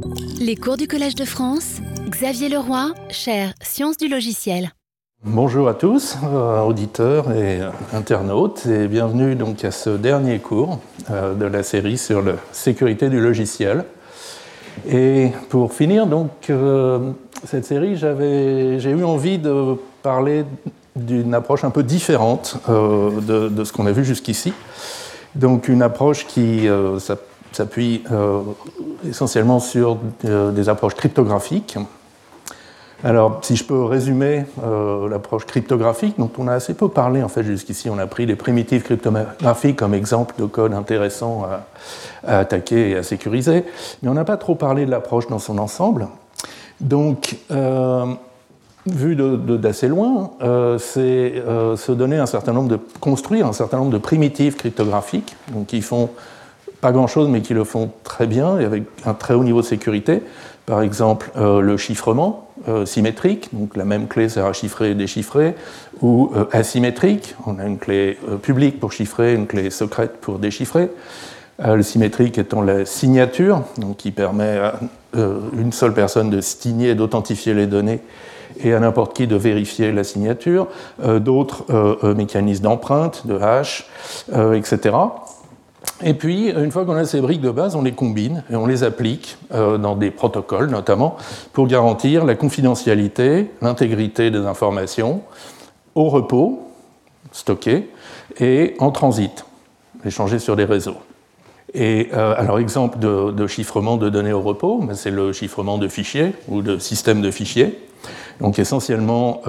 Les cours du Collège de France, Xavier Leroy, chaire Sciences du logiciel. Bonjour à tous, auditeurs et internautes, et bienvenue donc à ce dernier cours de la série sur la sécurité du logiciel. Et pour finir donc cette série, j'ai eu envie de parler d'une approche un peu différente de ce qu'on a vu jusqu'ici. Donc une approche qui s'appuie essentiellement sur des approches cryptographiques. Alors, si je peux résumer l'approche cryptographique, dont on a assez peu parlé en fait jusqu'ici, on a pris les primitives cryptographiques comme exemple de code intéressant à attaquer et à sécuriser, mais on n'a pas trop parlé de l'approche dans son ensemble. Donc, vu d'assez loin, c'est construire un certain nombre de primitives cryptographiques, donc qui font pas grand-chose, mais qui le font très bien et avec un très haut niveau de sécurité. Par exemple, le chiffrement symétrique, donc la même clé sert à chiffrer et déchiffrer, ou asymétrique, on a une clé publique pour chiffrer, une clé secrète pour déchiffrer. Le symétrique étant la signature, donc qui permet à une seule personne de signer et d'authentifier les données, et à n'importe qui de vérifier la signature. D'autres mécanismes d'empreinte, de hash, etc. Et puis, une fois qu'on a ces briques de base, on les combine et on les applique dans des protocoles, notamment, pour garantir la confidentialité, l'intégrité des informations au repos, stockées, et en transit, échangées sur des réseaux. Et alors, exemple de chiffrement de données au repos, c'est le chiffrement de fichiers ou de systèmes de fichiers. Donc, essentiellement,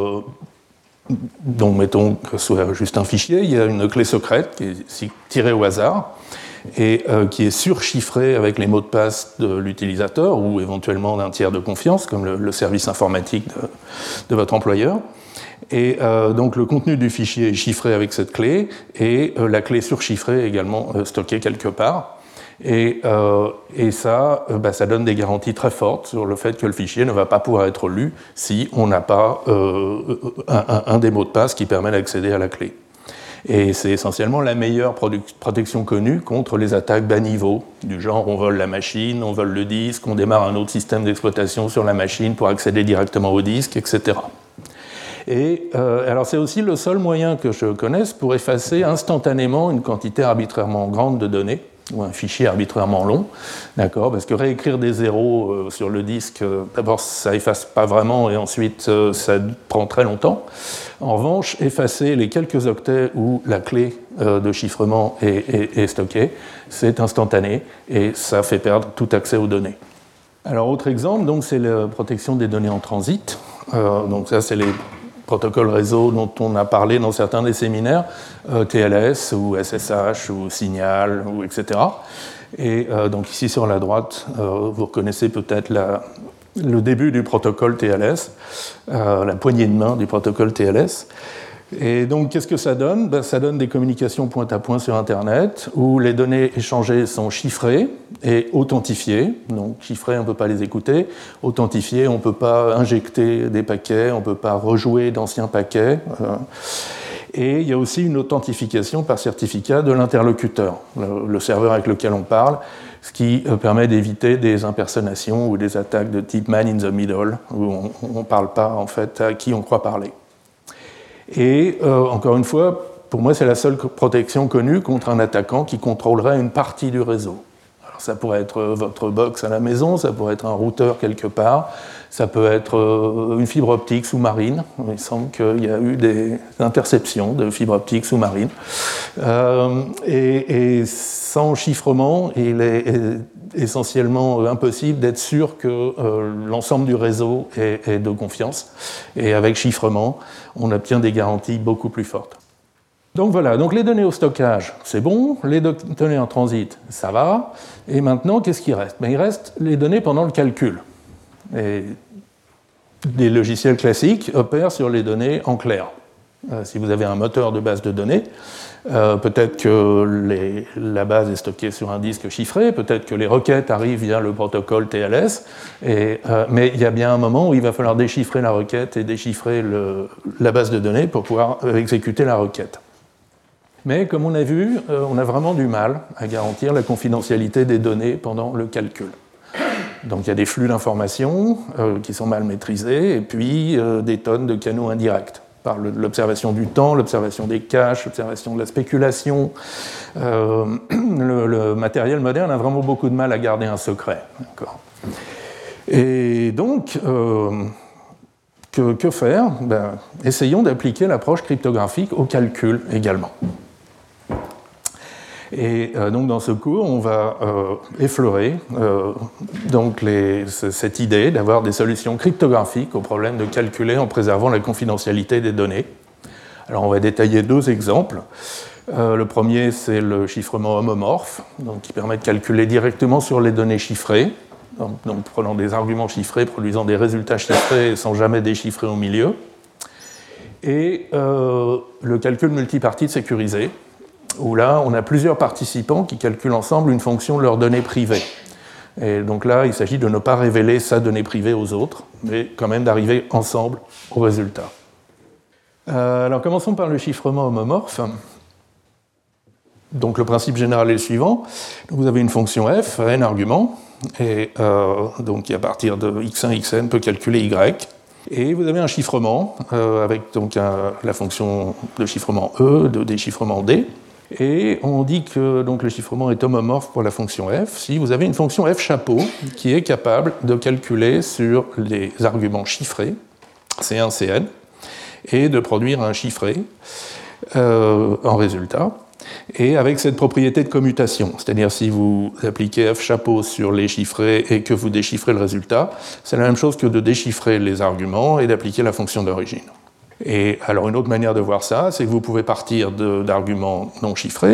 donc, mettons que ce soit juste un fichier, il y a une clé secrète qui est tirée au hasard et qui est surchiffrée avec les mots de passe de l'utilisateur ou éventuellement d'un tiers de confiance, comme le service informatique de votre employeur. Et donc le contenu du fichier est chiffré avec cette clé et la clé surchiffrée est également stockée quelque part. Et ça donne des garanties très fortes sur le fait que le fichier ne va pas pouvoir être lu si on n'a pas un des mots de passe qui permet d'accéder à la clé. Et c'est essentiellement la meilleure protection connue contre les attaques bas niveau, du genre on vole la machine, on vole le disque, on démarre un autre système d'exploitation sur la machine pour accéder directement au disque, etc. Et alors c'est aussi le seul moyen que je connaisse pour effacer instantanément une quantité arbitrairement grande de données, ou un fichier arbitrairement long, d'accord, parce que réécrire des zéros sur le disque, d'abord ça efface pas vraiment et ensuite ça prend très longtemps. En revanche, effacer les quelques octets où la clé de chiffrement est stockée, c'est instantané et ça fait perdre tout accès aux données. Alors autre exemple, donc, c'est la protection des données en transit. Donc ça c'est les protocoles réseau dont on a parlé dans certains des séminaires, TLS ou SSH ou Signal, ou etc. Et donc ici sur la droite, vous reconnaissez peut-être le début du protocole TLS, la poignée de main du protocole TLS. Et donc, qu'est-ce que ça donne ? Ça donne des communications point à point sur Internet, où les données échangées sont chiffrées et authentifiées. Donc, chiffrées, on ne peut pas les écouter. Authentifiées, on ne peut pas injecter des paquets, on ne peut pas rejouer d'anciens paquets. Et il y a aussi une authentification par certificat de l'interlocuteur, le serveur avec lequel on parle, ce qui permet d'éviter des impersonations ou des attaques de type man in the middle, où on ne parle pas en fait à qui on croit parler. Et encore une fois, pour moi, c'est la seule protection connue contre un attaquant qui contrôlerait une partie du réseau. Alors, ça pourrait être votre box à la maison, ça pourrait être un routeur quelque part, ça peut être une fibre optique sous-marine. Il semble qu'il y a eu des interceptions de fibres optiques sous-marines. Et sans chiffrement, il est essentiellement impossible d'être sûr que l'ensemble du réseau est de confiance. Et avec chiffrement, on obtient des garanties beaucoup plus fortes. Donc voilà, donc les données au stockage, c'est bon, les données en transit, ça va. Et maintenant, qu'est-ce qui reste ? Il reste les données pendant le calcul. Et des logiciels classiques opèrent sur les données en clair. Si vous avez un moteur de base de données, peut-être que la base est stockée sur un disque chiffré, peut-être que les requêtes arrivent via le protocole TLS, mais il y a bien un moment où il va falloir déchiffrer la requête et déchiffrer la base de données pour pouvoir exécuter la requête. Mais comme on a vu, on a vraiment du mal à garantir la confidentialité des données pendant le calcul. Donc il y a des flux d'informations qui sont mal maîtrisés, et puis des tonnes de canaux indirects, par l'observation du temps, l'observation des caches, l'observation de la spéculation. Le matériel moderne a vraiment beaucoup de mal à garder un secret. D'accord. Et donc, que faire ? Essayons d'appliquer l'approche cryptographique au calcul également. Et donc dans ce cours, on va effleurer donc cette idée d'avoir des solutions cryptographiques au problème de calculer en préservant la confidentialité des données. Alors on va détailler 2 exemples. Le premier, c'est le chiffrement homomorphe, donc qui permet de calculer directement sur les données chiffrées, donc prenant des arguments chiffrés, produisant des résultats chiffrés sans jamais déchiffrer au milieu. Et le calcul multipartite sécurisé, où là, on a plusieurs participants qui calculent ensemble une fonction de leurs données privées. Et donc là, il s'agit de ne pas révéler sa donnée privée aux autres, mais quand même d'arriver ensemble au résultat. Alors commençons par le chiffrement homomorphe. Donc le principe général est le suivant. Donc, vous avez une fonction f, n arguments, et donc qui à partir de x1, xn peut calculer y. Et vous avez un chiffrement avec donc la fonction de chiffrement e, de déchiffrement d. Et on dit que donc, le chiffrement est homomorphe pour la fonction f si vous avez une fonction f chapeau qui est capable de calculer sur les arguments chiffrés, C1, Cn, et de produire un chiffré en résultat. Et avec cette propriété de commutation, c'est-à-dire si vous appliquez f chapeau sur les chiffrés et que vous déchiffrez le résultat, c'est la même chose que de déchiffrer les arguments et d'appliquer la fonction d'origine. Et alors une autre manière de voir ça, c'est que vous pouvez partir d'arguments non chiffrés,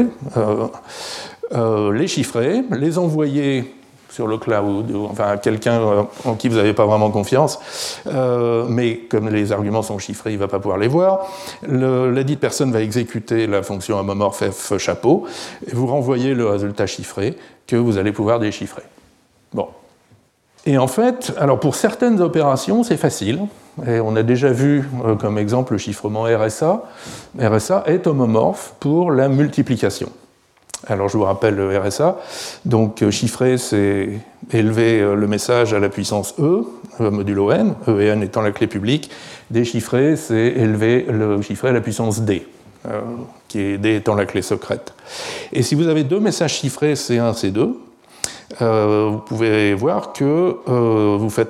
les chiffrer, les envoyer sur le cloud, enfin à quelqu'un en qui vous n'avez pas vraiment confiance, mais comme les arguments sont chiffrés, il ne va pas pouvoir les voir. La dite personne va exécuter la fonction homomorphe f chapeau, et vous renvoyez le résultat chiffré que vous allez pouvoir déchiffrer. Bon. Et en fait, alors pour certaines opérations, c'est facile. Et on a déjà vu comme exemple le chiffrement RSA. RSA est homomorphe pour la multiplication. Alors je vous rappelle le RSA. Donc chiffrer, c'est élever le message à la puissance E, modulo n, E et n étant la clé publique. Déchiffrer, c'est élever le chiffré à la puissance D, qui est D étant la clé secrète. Et si vous avez 2 messages chiffrés C1, C2, vous pouvez voir que vous faites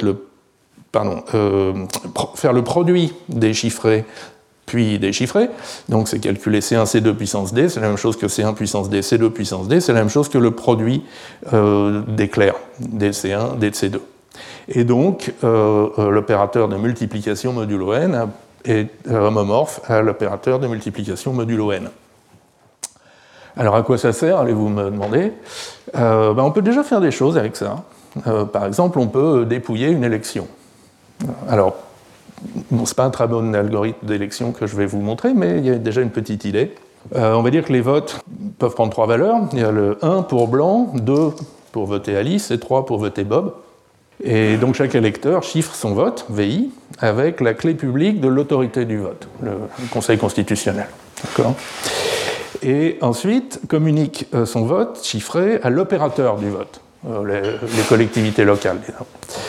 faire le produit des chiffrés puis déchiffrés. Donc c'est calculer C1, C2 puissance D, c'est la même chose que C1 puissance D, C2 puissance D, c'est la même chose que le produit des clairs, DC1, DC2. Et donc l'opérateur de multiplication modulo n est homomorphe à l'opérateur de multiplication modulo n. Alors à quoi ça sert, allez-vous me demander ? On peut déjà faire des choses avec ça. Par exemple, on peut dépouiller une élection. Alors, bon, ce n'est pas un très bon algorithme d'élection que je vais vous montrer, mais il y a déjà une petite idée. On va dire que les votes peuvent prendre 3 valeurs. Il y a le 1 pour Blanc, 2 pour voter Alice et 3 pour voter Bob. Et donc chaque électeur chiffre son vote, VI, avec la clé publique de l'autorité du vote, le Conseil constitutionnel. D'accord ? Et ensuite communique son vote chiffré à l'opérateur du vote, les collectivités locales, disons.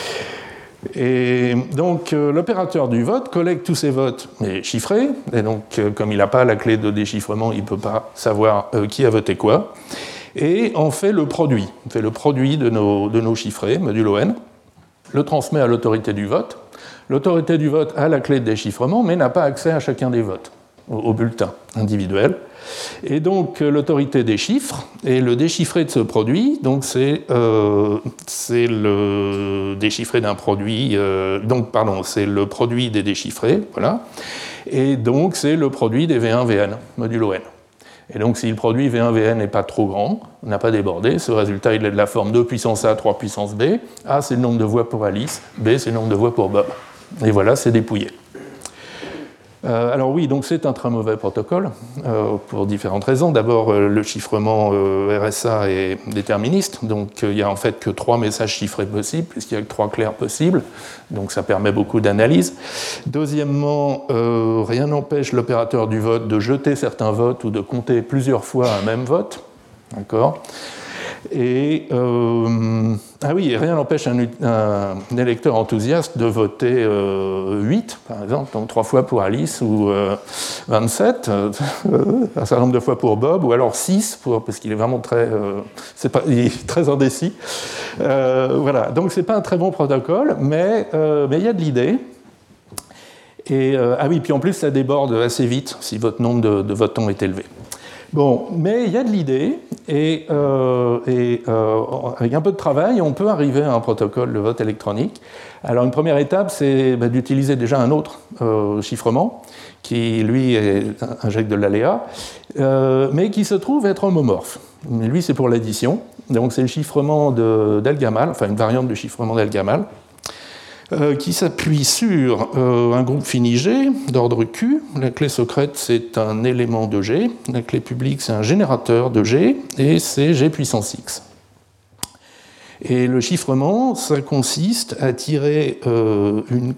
Et donc l'opérateur du vote collecte tous ces votes mais chiffrés, et donc comme il n'a pas la clé de déchiffrement, il ne peut pas savoir qui a voté quoi, et on fait le produit. On fait le produit de nos chiffrés, modulo n, le transmet à l'autorité du vote. L'autorité du vote a la clé de déchiffrement, mais n'a pas accès à chacun des votes, au bulletin individuel. Et donc l'autorité déchiffre, et le déchiffré de ce produit, donc c'est le déchiffré d'un produit, c'est le produit des déchiffrés, voilà, et donc c'est le produit des V1, Vn, modulo n. Et donc si le produit V1, Vn n'est pas trop grand, on n'a pas débordé, ce résultat il est de la forme 2 puissance A, 3 puissance B, A c'est le nombre de voix pour Alice, B c'est le nombre de voix pour Bob. Et voilà, c'est dépouillé. Alors oui, donc c'est un très mauvais protocole, pour différentes raisons. D'abord, le chiffrement RSA est déterministe, donc il n'y a en fait que 3 messages chiffrés possibles, puisqu'il n'y a que 3 clairs possibles, donc ça permet beaucoup d'analyse. Deuxièmement, rien n'empêche l'opérateur du vote de jeter certains votes ou de compter plusieurs fois un même vote. D'accord ? Et, ah oui, et rien n'empêche un électeur enthousiaste de voter 8, par exemple, donc 3 fois pour Alice, ou 27, un certain nombre de fois pour Bob, ou alors 6, parce qu'il est vraiment il est très indécis. Voilà, donc c'est pas un très bon protocole, mais il y a de l'idée. Et, ah oui, puis en plus, ça déborde assez vite si votre nombre de votants est élevé. Bon, mais il y a de l'idée, et avec un peu de travail, on peut arriver à un protocole de vote électronique. Alors, une première étape, c'est d'utiliser déjà un autre chiffrement, qui, lui, injecte de l'aléa, mais qui se trouve être homomorphe. Mais lui, c'est pour l'addition. Donc, c'est le chiffrement d'El-Gamal, enfin, une variante du chiffrement d'El-Gamal, qui s'appuie sur un groupe fini G d'ordre Q. La clé secrète, c'est un élément de G. La clé publique, c'est un générateur de G, et c'est G puissance X. Et le chiffrement, ça consiste à tirer une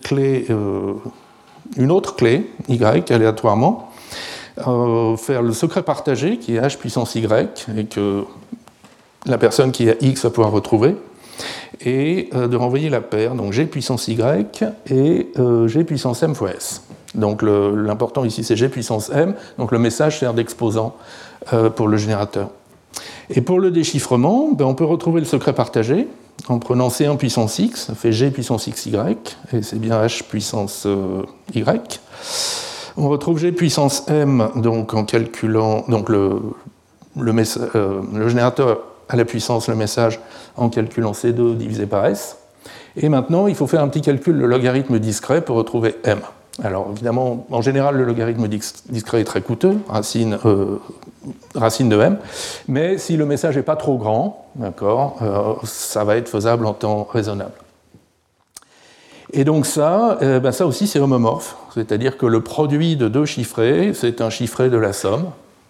autre clé, Y, aléatoirement, faire le secret partagé, qui est H puissance Y, et que la personne qui a X va pouvoir retrouver, et de renvoyer la paire, donc G puissance Y et G puissance M fois S. Donc l'important ici, c'est G puissance M, donc le message sert d'exposant pour le générateur. Et pour le déchiffrement, on peut retrouver le secret partagé en prenant C1 puissance X, ça fait G puissance XY, et c'est bien H puissance Y. On retrouve G puissance M donc en calculant donc le générateur à la puissance le message en calculant C2 divisé par S. Et maintenant, il faut faire un petit calcul de logarithme discret pour retrouver M. Alors évidemment, en général, le logarithme discret est très coûteux, racine de M, mais si le message n'est pas trop grand, d'accord, ça va être faisable en temps raisonnable. Et donc ça aussi c'est homomorphe, c'est-à-dire que le produit de deux chiffrés, c'est un chiffré de la somme.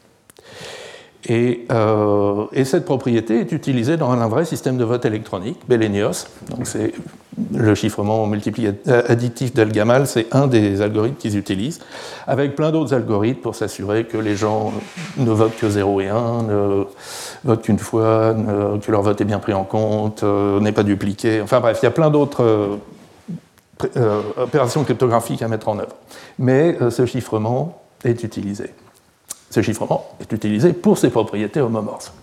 Et cette propriété est utilisée dans un vrai système de vote électronique, Bellenios. Donc c'est le chiffrement additif d'El-Gamal, c'est un des algorithmes qu'ils utilisent, avec plein d'autres algorithmes pour s'assurer que les gens ne votent que 0 et 1, ne votent qu'une fois, que leur vote est bien pris en compte, n'est pas dupliqué. Enfin bref, il y a plein d'autres opérations cryptographiques à mettre en œuvre. Mais ce chiffrement est utilisé. Ce chiffrement est utilisé pour ses propriétés homomorphes.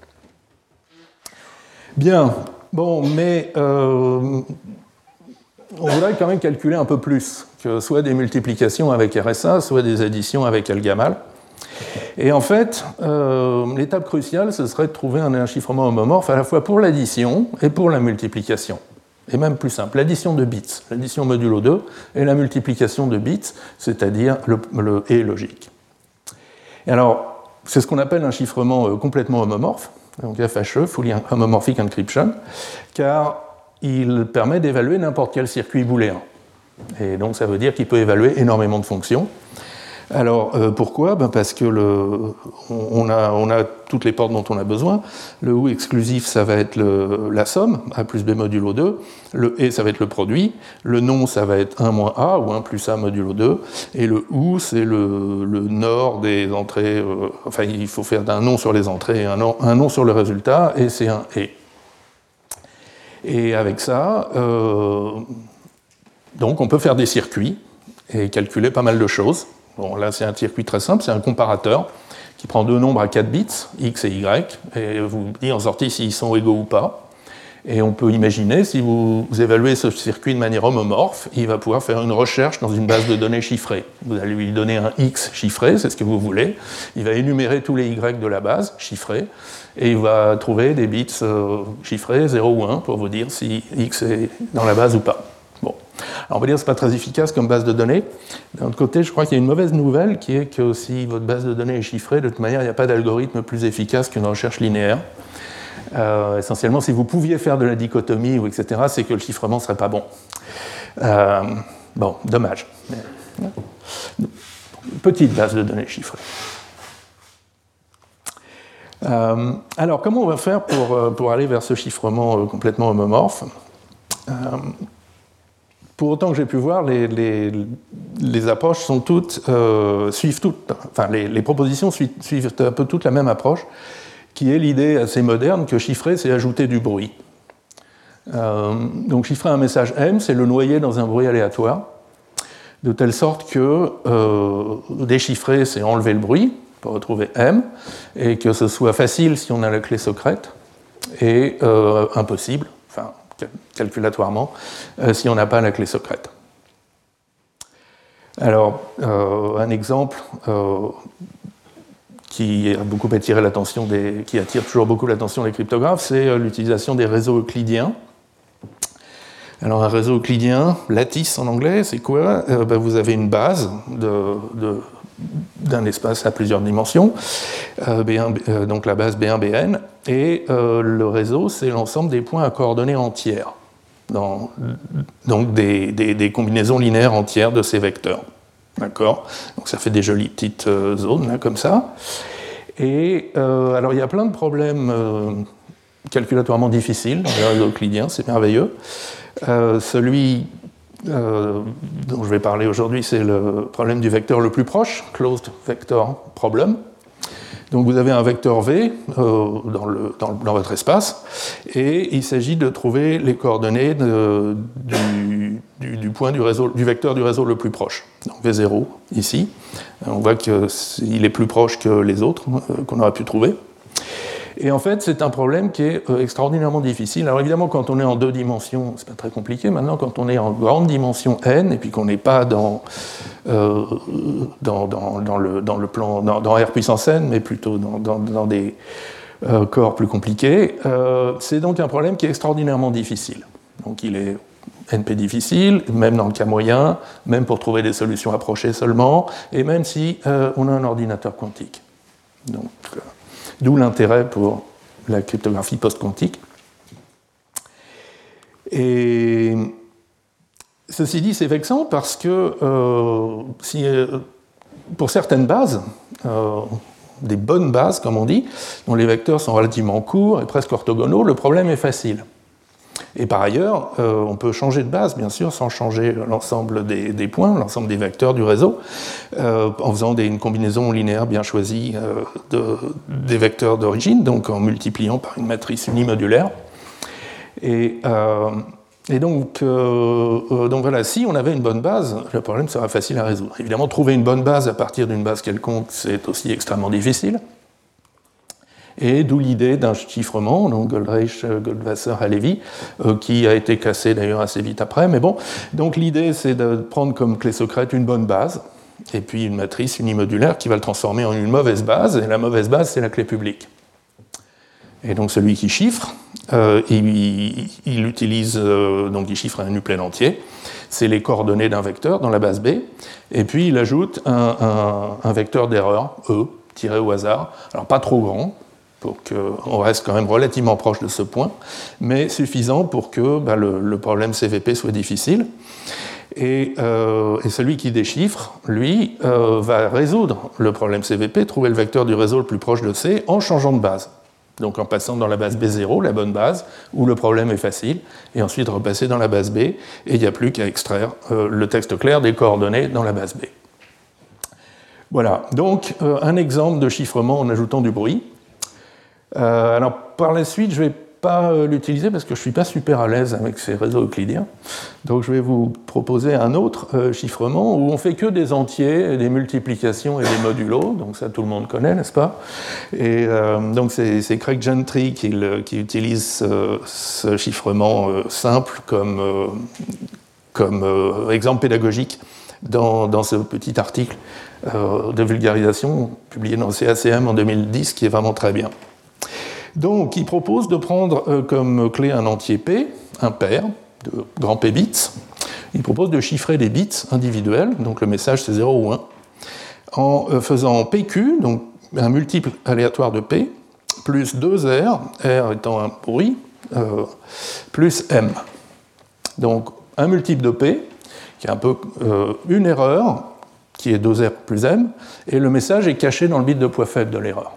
Bien, bon, mais on voudrait quand même calculer un peu plus que soit des multiplications avec RSA, soit des additions avec El-Gamal. Et en fait, l'étape cruciale, ce serait de trouver un chiffrement homomorphe à la fois pour l'addition et pour la multiplication. Et même plus simple, l'addition de bits, l'addition modulo 2, et la multiplication de bits, c'est-à-dire le et logique. Et alors, c'est ce qu'on appelle un chiffrement complètement homomorphe, donc FHE, Fully Homomorphic Encryption, car il permet d'évaluer n'importe quel circuit booléen. Et donc ça veut dire qu'il peut évaluer énormément de fonctions. Alors pourquoi ? Parce que on a toutes les portes dont on a besoin. Le OU exclusif, ça va être la somme, A plus B modulo 2. Le et, ça va être le produit. Le non, ça va être 1 moins A, ou 1 plus A modulo 2. Et le OU, c'est le NOR des entrées. Enfin, il faut faire d'un non sur les entrées et un non sur le résultat, et c'est un et. Et avec ça, donc on peut faire des circuits et calculer pas mal de choses. Bon, là, c'est un circuit très simple, c'est un comparateur qui prend deux nombres à 4 bits, X et Y, et vous dit en sortie s'ils sont égaux ou pas. Et on peut imaginer, si vous évaluez ce circuit de manière homomorphe, il va pouvoir faire une recherche dans une base de données chiffrée. Vous allez lui donner un X chiffré, c'est ce que vous voulez. Il va énumérer tous les Y de la base, chiffrés, et il va trouver des bits chiffrés, 0 ou 1, pour vous dire si X est dans la base ou pas. Bon. Alors on va dire que ce n'est pas très efficace comme base de données. D'un autre côté, je crois qu'il y a une mauvaise nouvelle qui est que si votre base de données est chiffrée, de toute manière, il n'y a pas d'algorithme plus efficace qu'une recherche linéaire. Essentiellement, si vous pouviez faire de la dichotomie, ou etc., c'est que le chiffrement ne serait pas bon. Bon, dommage. Petite base de données chiffrée. Alors, comment on va faire pour aller vers ce chiffrement complètement homomorphe ? Pour autant que j'ai pu voir, les approches sont toutes, suivent toutes, enfin les propositions suivent un peu toutes la même approche, qui est l'idée assez moderne que chiffrer, c'est ajouter du bruit. Donc chiffrer un message M, c'est le noyer dans un bruit aléatoire, de telle sorte que déchiffrer, c'est enlever le bruit pour retrouver M, et que ce soit facile si on a la clé secrète, et impossible, enfin calculatoirement, si on n'a pas la clé secrète. Alors, un exemple qui a beaucoup attiré l'attention qui attire toujours beaucoup l'attention des cryptographes, c'est l'utilisation des réseaux euclidiens. Alors un réseau euclidien, lattice en anglais, c'est quoi ? Vous avez une base d'un espace à plusieurs dimensions, donc la base B1, Bn, et le réseau, c'est l'ensemble des points à coordonnées entières, donc des combinaisons linéaires entières de ces vecteurs. D'accord ? Donc ça fait des jolies petites zones, là, comme ça. Et alors il y a plein de problèmes calculatoirement difficiles dans les réseaux euclidiens, c'est merveilleux. Celui dont je vais parler aujourd'hui, c'est le problème du vecteur le plus proche, closed vector problem. Donc vous avez un vecteur V dans votre espace, et il s'agit de trouver les coordonnées du point du vecteur du réseau le plus proche. Donc V0 ici, on voit qu'il est plus proche que les autres qu'on aurait pu trouver. Et en fait, c'est un problème qui est extraordinairement difficile. Alors évidemment, quand on est en 2 dimensions, c'est pas très compliqué. Maintenant, quand on est en grande dimension n, et puis qu'on n'est pas dans le plan, dans R puissance n, mais plutôt dans des corps plus compliqués, c'est donc un problème qui est extraordinairement difficile. Donc il est NP difficile, même dans le cas moyen, même pour trouver des solutions approchées seulement, et même si on a un ordinateur quantique. Donc, d'où l'intérêt pour la cryptographie post-quantique. Et ceci dit, c'est vexant parce que pour certaines bases, des bonnes bases, comme on dit, dont les vecteurs sont relativement courts et presque orthogonaux, le problème est facile. Et par ailleurs, on peut changer de base, bien sûr, sans changer l'ensemble des points, l'ensemble des vecteurs du réseau, en faisant une combinaison linéaire bien choisie des vecteurs d'origine, donc en multipliant par une matrice unimodulaire. Et donc voilà, si on avait une bonne base, le problème serait facile à résoudre. Évidemment, trouver une bonne base à partir d'une base quelconque, c'est aussi extrêmement difficile. Et d'où l'idée d'un chiffrement, donc Goldreich, Goldwasser, Halevi, qui a été cassé d'ailleurs assez vite après. Mais bon, donc l'idée c'est de prendre comme clé secrète une bonne base, et puis une matrice unimodulaire qui va le transformer en une mauvaise base, et la mauvaise base c'est la clé publique. Et donc celui qui chiffre, il utilise, donc il chiffre un uplet entier, c'est les coordonnées d'un vecteur dans la base B, et puis il ajoute un vecteur d'erreur, E, tiré au hasard, alors pas trop grand, pour qu'on reste quand même relativement proche de ce point, mais suffisant pour que le problème CVP soit difficile. Et celui qui déchiffre, lui, va résoudre le problème CVP, trouver le vecteur du réseau le plus proche de C, en changeant de base. Donc en passant dans la base B0, la bonne base, où le problème est facile, et ensuite repasser dans la base B, et il n'y a plus qu'à extraire le texte clair des coordonnées dans la base B. Voilà, donc un exemple de chiffrement en ajoutant du bruit. Alors par la suite, je ne vais pas l'utiliser parce que je ne suis pas super à l'aise avec ces réseaux euclidiens. Donc je vais vous proposer un autre chiffrement où on ne fait que des entiers, des multiplications et des modulos. Donc ça, tout le monde connaît, n'est-ce pas ? Et donc c'est Craig Gentry qui utilise ce chiffrement simple comme exemple pédagogique dans ce petit article de vulgarisation publié dans CACM en 2010 qui est vraiment très bien. Donc, il propose de prendre comme clé un entier P, un pair de grand P bits. Il propose de chiffrer des bits individuels, donc le message c'est 0 ou 1, en faisant PQ, donc un multiple aléatoire de P, plus 2R, R étant un bruit, plus M. Donc, un multiple de P, qui est un peu une erreur, qui est 2R plus M, et le message est caché dans le bit de poids faible de l'erreur.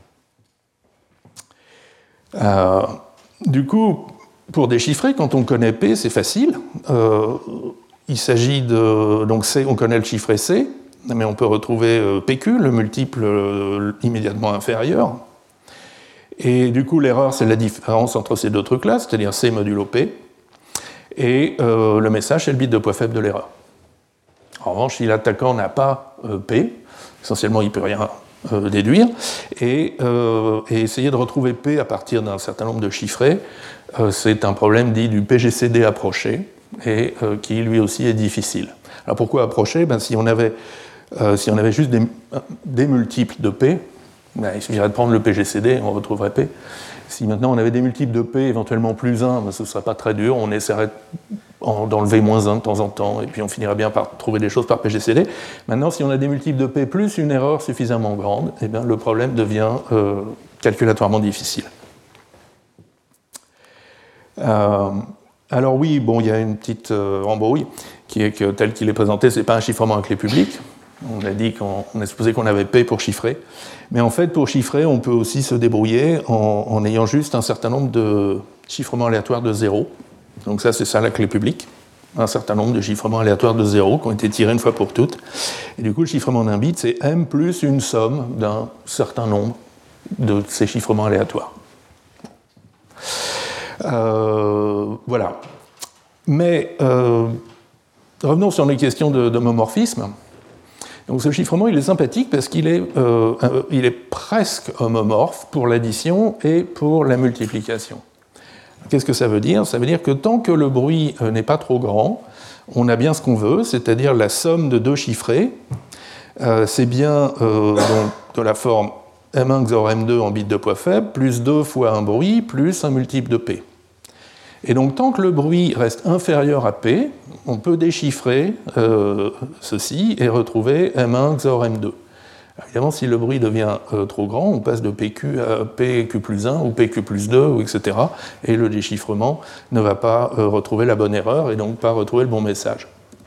Du coup, pour déchiffrer, quand on connaît P, c'est facile. Il s'agit de... Donc C, on connaît le chiffret C, mais on peut retrouver PQ, le multiple immédiatement inférieur. Et du coup, l'erreur, c'est la différence entre ces deux trucs-là, c'est-à-dire C modulo P. Et le message, c'est le bit de poids faible de l'erreur. En revanche, si l'attaquant n'a pas P, essentiellement, il ne peut rien déduire, et essayer de retrouver P à partir d'un certain nombre de chiffrés, c'est un problème dit du PGCD approché, et qui lui aussi est difficile. Alors pourquoi approché? Si on avait juste des multiples de P, il suffirait de prendre le PGCD, on retrouverait P. Si maintenant on avait des multiples de P, éventuellement plus 1, ce ne serait pas très dur, on essaierait d'enlever moins 1 de temps en temps, et puis on finirait bien par trouver des choses par PGCD. Maintenant, si on a des multiples de P plus une erreur suffisamment grande, eh bien, le problème devient calculatoirement difficile. Alors oui, bon, il y a une petite embrouille, qui est que tel qu'il est présenté, ce n'est pas un chiffrement à clé publique. On a dit qu'on a supposé qu'on avait P pour chiffrer. Mais en fait, pour chiffrer, on peut aussi se débrouiller en ayant juste un certain nombre de chiffrements aléatoires de 0. Donc ça, c'est ça la clé publique. Un certain nombre de chiffrements aléatoires de 0 qui ont été tirés une fois pour toutes. Et du coup, le chiffrement d'un bit, c'est M plus une somme d'un certain nombre de ces chiffrements aléatoires. Voilà. Mais revenons sur les questions d'homomorphisme. Donc ce chiffrement, il est sympathique parce qu'il est presque homomorphe pour l'addition et pour la multiplication. Qu'est-ce que ça veut dire? Ça veut dire que tant que le bruit n'est pas trop grand, on a bien ce qu'on veut, c'est-à-dire la somme de deux chiffrés, c'est bien donc, de la forme M1 XOR M2 en bits de poids faible, plus 2 fois un bruit, plus un multiple de P. Et donc, tant que le bruit reste inférieur à P, on peut déchiffrer ceci et retrouver M1 XOR M2. Alors, évidemment, si le bruit devient trop grand, on passe de PQ à PQ plus 1 ou PQ plus 2, etc. Et le déchiffrement ne va pas retrouver la bonne erreur et donc pas retrouver le bon message.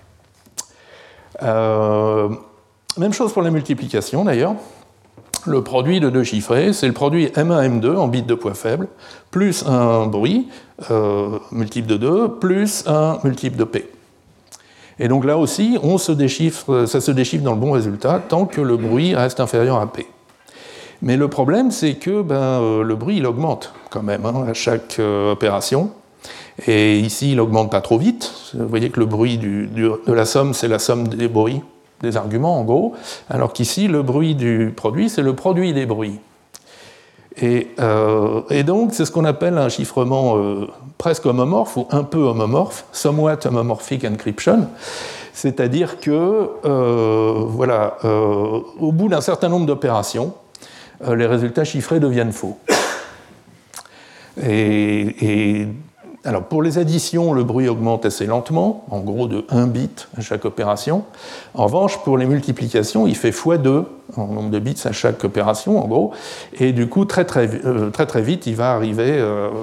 Même chose pour la multiplication, d'ailleurs. Le produit de deux chiffrés, c'est le produit M1, M2 en bits de poids faible, plus un bruit, multiple de 2, plus un multiple de P. Et donc là aussi, ça se déchiffre dans le bon résultat tant que le bruit reste inférieur à P. Mais le problème, c'est que le bruit, il augmente quand même à chaque opération. Et ici, il n'augmente pas trop vite. Vous voyez que le bruit de la somme, c'est la somme des bruits, des arguments en gros, alors qu'ici, le bruit du produit, c'est le produit des bruits. Et donc, c'est ce qu'on appelle un chiffrement presque homomorphe ou un peu homomorphe, somewhat homomorphic encryption, c'est-à-dire que, au bout d'un certain nombre d'opérations, les résultats chiffrés deviennent faux. Alors, pour les additions, le bruit augmente assez lentement, en gros de 1 bit à chaque opération. En revanche, pour les multiplications, il fait x2 en nombre de bits à chaque opération, en gros. Et du coup, très vite, il va arriver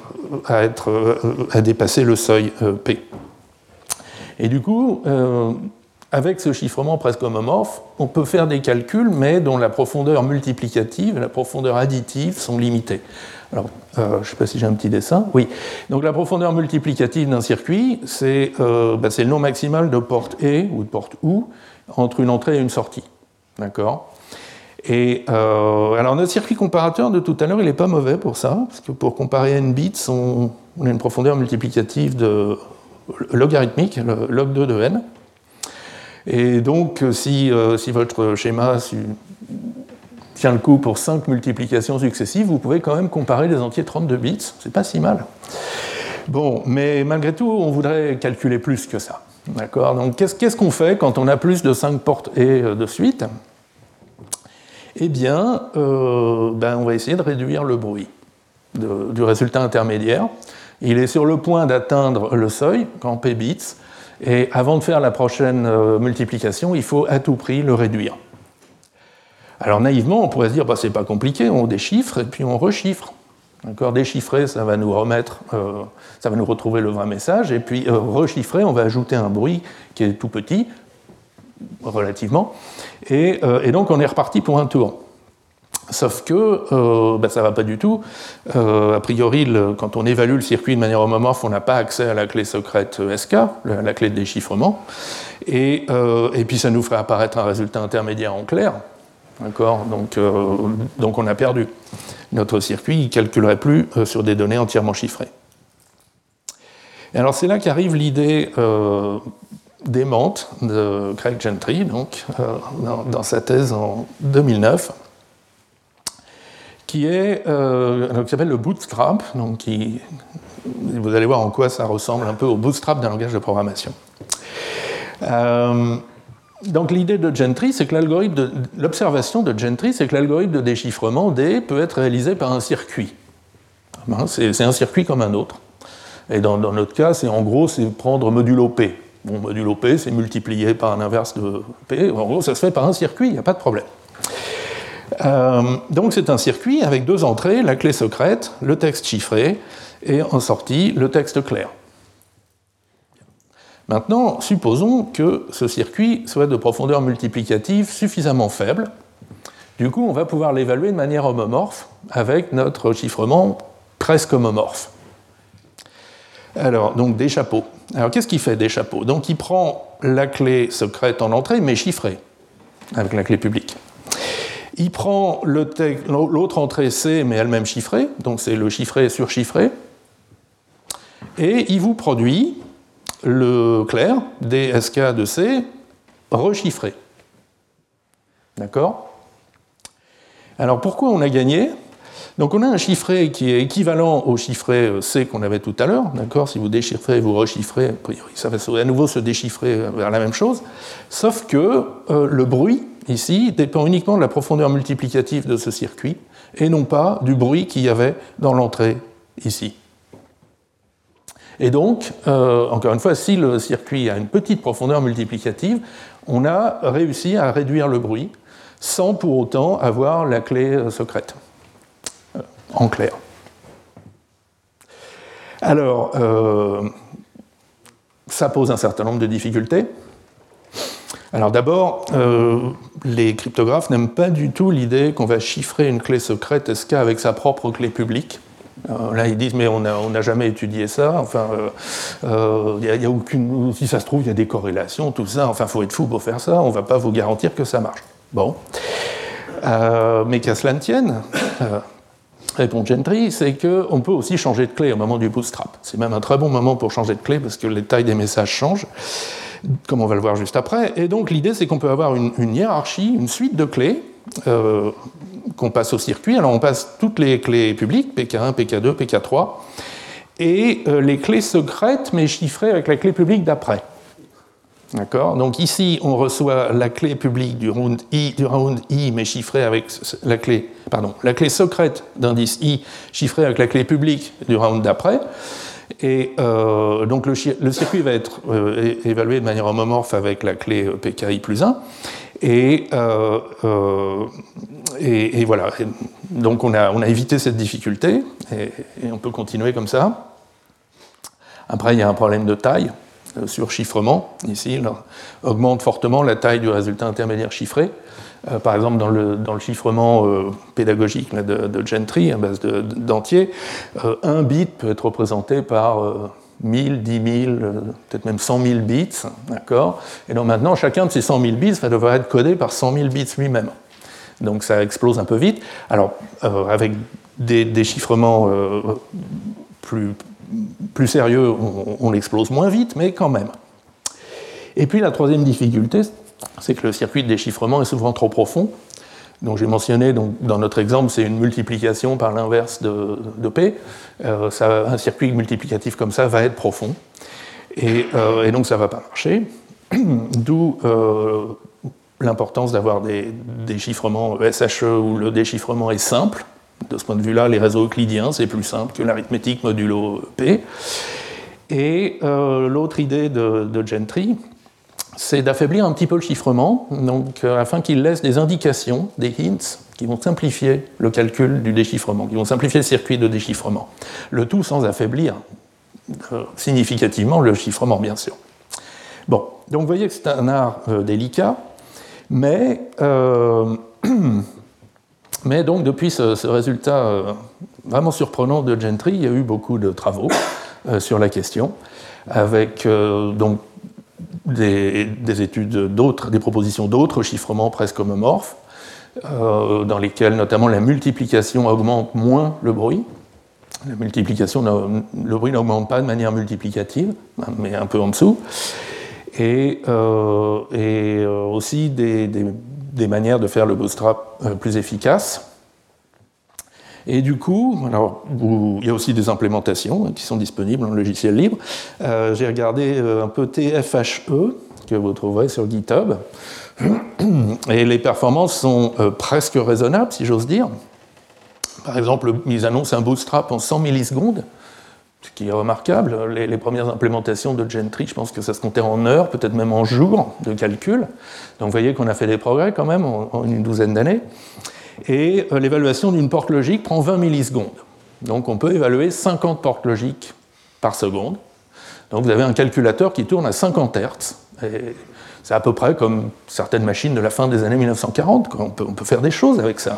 à dépasser le seuil P. Et du coup, avec ce chiffrement presque homomorphe, on peut faire des calculs, mais dont la profondeur multiplicative et la profondeur additive sont limitées. Alors, je ne sais pas si j'ai un petit dessin. Oui. Donc, la profondeur multiplicative d'un circuit, c'est le nom maximal de porte E ou de porte OU entre une entrée et une sortie. D'accord? Et alors, notre circuit comparateur de tout à l'heure, il n'est pas mauvais pour ça, parce que pour comparer n bits, on a une profondeur multiplicative logarithmique, le log 2 de n. Et donc, si votre schéma tient le coup pour 5 multiplications successives, vous pouvez quand même comparer les entiers 32 bits, c'est pas si mal. Bon, mais malgré tout, on voudrait calculer plus que ça. D'accord? Donc, qu'est-ce qu'on fait quand on a plus de 5 portes et de suite? Eh bien, on va essayer de réduire le bruit du résultat intermédiaire. Il est sur le point d'atteindre le seuil, quand P bits, et avant de faire la prochaine multiplication, il faut à tout prix le réduire. Alors naïvement, on pourrait se dire, c'est pas compliqué, on déchiffre et puis on rechiffre. D'accord, déchiffrer, ça va nous retrouver le vrai message, et puis rechiffrer, on va ajouter un bruit qui est tout petit, relativement, et donc on est reparti pour un tour. Sauf que ça ne va pas du tout. A priori, quand on évalue le circuit de manière homomorphe, on n'a pas accès à la clé secrète SK, la clé de déchiffrement, et puis ça nous ferait apparaître un résultat intermédiaire en clair. D'accord, donc on a perdu. Notre circuit ne calculerait plus sur des données entièrement chiffrées. Et alors c'est là qu'arrive l'idée démente de Craig Gentry, donc, dans sa thèse en 2009, qui s'appelle le bootstrap. Donc vous allez voir en quoi ça ressemble un peu au bootstrap d'un langage de programmation. Donc l'idée de Gentry, c'est que l'observation de Gentry, c'est que l'algorithme de déchiffrement D peut être réalisé par un circuit. C'est un circuit comme un autre. Et dans notre cas, c'est prendre modulo P. Bon, modulo P, c'est multiplié par un inverse de P. En gros, ça se fait par un circuit, il n'y a pas de problème. Donc c'est un circuit avec deux entrées, la clé secrète, le texte chiffré, et en sortie, le texte clair. Maintenant, supposons que ce circuit soit de profondeur multiplicative suffisamment faible. Du coup, on va pouvoir l'évaluer de manière homomorphe avec notre chiffrement presque homomorphe. Alors, donc des chapeaux. Alors, qu'est-ce qu'il fait des chapeaux? Donc, il prend la clé secrète en entrée, mais chiffrée, avec la clé publique. Il prend l'autre entrée C, mais elle-même chiffrée, donc c'est le chiffré surchiffré, et il vous produit le clair, DSK de C, rechiffré. D'accord? Alors pourquoi on a gagné? Donc on a un chiffré qui est équivalent au chiffré C qu'on avait tout à l'heure. D'accord? Si vous déchiffrez, vous rechiffrez, a priori, ça va à nouveau se déchiffrer vers la même chose. Sauf que le bruit, ici, dépend uniquement de la profondeur multiplicative de ce circuit, et non pas du bruit qu'il y avait dans l'entrée ici. Et donc, encore une fois, si le circuit a une petite profondeur multiplicative, on a réussi à réduire le bruit sans pour autant avoir la clé secrète, en clair. Alors, ça pose un certain nombre de difficultés. Alors d'abord, les cryptographes n'aiment pas du tout l'idée qu'on va chiffrer une clé secrète SK avec sa propre clé publique. Là, ils disent, mais on n'a jamais étudié ça, enfin, y a aucune, si ça se trouve, il y a des corrélations, tout ça, enfin, il faut être fou pour faire ça, on ne va pas vous garantir que ça marche. Bon. Mais qu'à cela ne tienne, répond Gentry, c'est qu'on peut aussi changer de clé au moment du bootstrap. C'est même un très bon moment pour changer de clé, parce que les tailles des messages changent, comme on va le voir juste après. Et donc, l'idée, c'est qu'on peut avoir une hiérarchie, une suite de clés, qu'on passe au circuit. Alors on passe toutes les clés publiques, PK1, PK2, PK3, et les clés secrètes, mais chiffrées avec la clé publique d'après. D'accord? Donc ici, on reçoit la clé publique du round I, mais chiffrée avec la clé secrète d'indice I, chiffrée avec la clé publique du round d'après. Et donc le circuit va être évalué de manière homomorphe avec la clé PKI plus 1. Et voilà. Donc on a évité cette difficulté, et on peut continuer comme ça. Après, il y a un problème de taille, surchiffrement. Ici, on augmente fortement la taille du résultat intermédiaire chiffré. Par exemple, dans le chiffrement pédagogique là, de Gentry, à base d'entiers, un bit peut être représenté par 1000, 10 000, peut-être même 100 000 bits, d'accord? Et donc maintenant, chacun de ces 100 000 bits va devoir être codé par 100 000 bits lui-même. Donc ça explose un peu vite. Alors, avec des déchiffrements plus sérieux, on l'explose moins vite, mais quand même. Et puis la troisième difficulté, c'est que le circuit de déchiffrement est souvent trop profond. Donc j'ai mentionné, dans notre exemple, c'est une multiplication par l'inverse de P. Un circuit multiplicatif comme ça va être profond. Et donc ça ne va pas marcher. D'où l'importance d'avoir des déchiffrements SHE où le déchiffrement est simple. De ce point de vue-là, les réseaux euclidiens, c'est plus simple que l'arithmétique modulo P. Et l'autre idée de Gentry, c'est d'affaiblir un petit peu le chiffrement, donc, afin qu'il laisse des indications, des hints, qui vont simplifier le calcul du déchiffrement, qui vont simplifier le circuit de déchiffrement. Le tout sans affaiblir significativement le chiffrement, bien sûr. Bon, donc vous voyez que c'est un art délicat, mais donc depuis ce résultat vraiment surprenant de Gentry, il y a eu beaucoup de travaux sur la question, avec donc des études des propositions d'autres chiffrements presque homomorphes, dans lesquels notamment la multiplication augmente moins le bruit. La multiplication, le bruit n'augmente pas de manière multiplicative, mais un peu en dessous. Et aussi des manières de faire le bootstrap plus efficaces. Et du coup, alors, il y a aussi des implémentations qui sont disponibles en logiciel libre. J'ai regardé un peu TFHE, que vous trouverez sur GitHub. Et les performances sont presque raisonnables, si j'ose dire. Par exemple, ils annoncent un bootstrap en 100 millisecondes, ce qui est remarquable. Les premières implémentations de Gentry, je pense que ça se comptait en heures, peut-être même en jours de calcul. Donc vous voyez qu'on a fait des progrès quand même en une douzaine d'années. Et l'évaluation d'une porte logique prend 20 millisecondes. Donc on peut évaluer 50 portes logiques par seconde. Donc vous avez un calculateur qui tourne à 50 Hz. Et c'est à peu près comme certaines machines de la fin des années 1940. On peut faire des choses avec ça.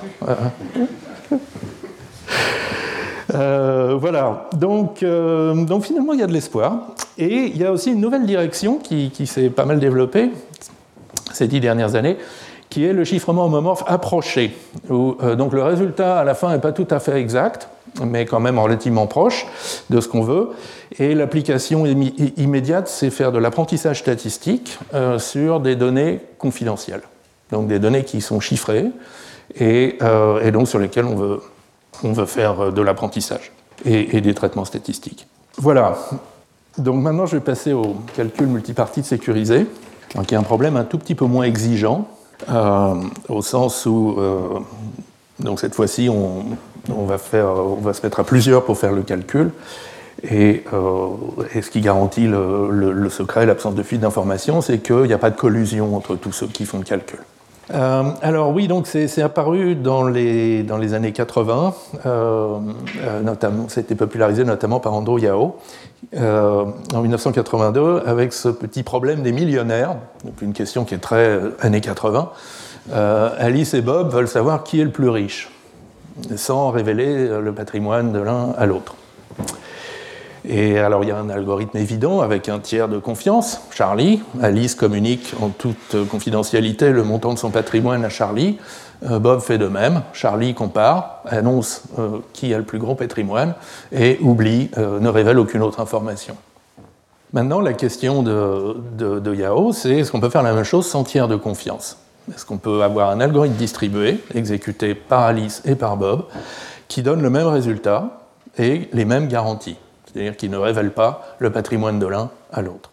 Voilà. Donc finalement, il y a de l'espoir. Et il y a aussi une nouvelle direction qui s'est pas mal développée ces 10 dernières années, qui est le chiffrement homomorphe approché, où donc le résultat à la fin n'est pas tout à fait exact, mais quand même relativement proche de ce qu'on veut. Et l'application immédiate, c'est faire de l'apprentissage statistique sur des données confidentielles, donc des données qui sont chiffrées et donc sur lesquelles on veut faire de l'apprentissage et des traitements statistiques. Voilà. Donc maintenant, je vais passer au calcul multipartite sécurisé, qui est un problème un tout petit peu moins exigeant. Au sens où, donc cette fois-ci, on va se mettre à plusieurs pour faire le calcul, et ce qui garantit le secret, l'absence de fuite d'informations, c'est qu'il n'y a pas de collusion entre tous ceux qui font le calcul. Alors oui, donc c'est apparu dans les années 80, notamment, ça a été popularisé notamment par Andrew Yao en 1982 avec ce petit problème des millionnaires, donc une question qui est très années 80. Alice et Bob veulent savoir qui est le plus riche, sans révéler le patrimoine de l'un à l'autre. Et alors il y a un algorithme évident avec un tiers de confiance, Charlie. Alice communique en toute confidentialité le montant de son patrimoine à Charlie. Bob fait de même. Charlie compare, annonce qui a le plus gros patrimoine et oublie, ne révèle aucune autre information. Maintenant, la question de Yao, c'est est-ce qu'on peut faire la même chose sans tiers de confiance ? Est-ce qu'on peut avoir un algorithme distribué, exécuté par Alice et par Bob, qui donne le même résultat et les mêmes garanties ? C'est-à-dire qu'il ne révèle pas le patrimoine de l'un à l'autre.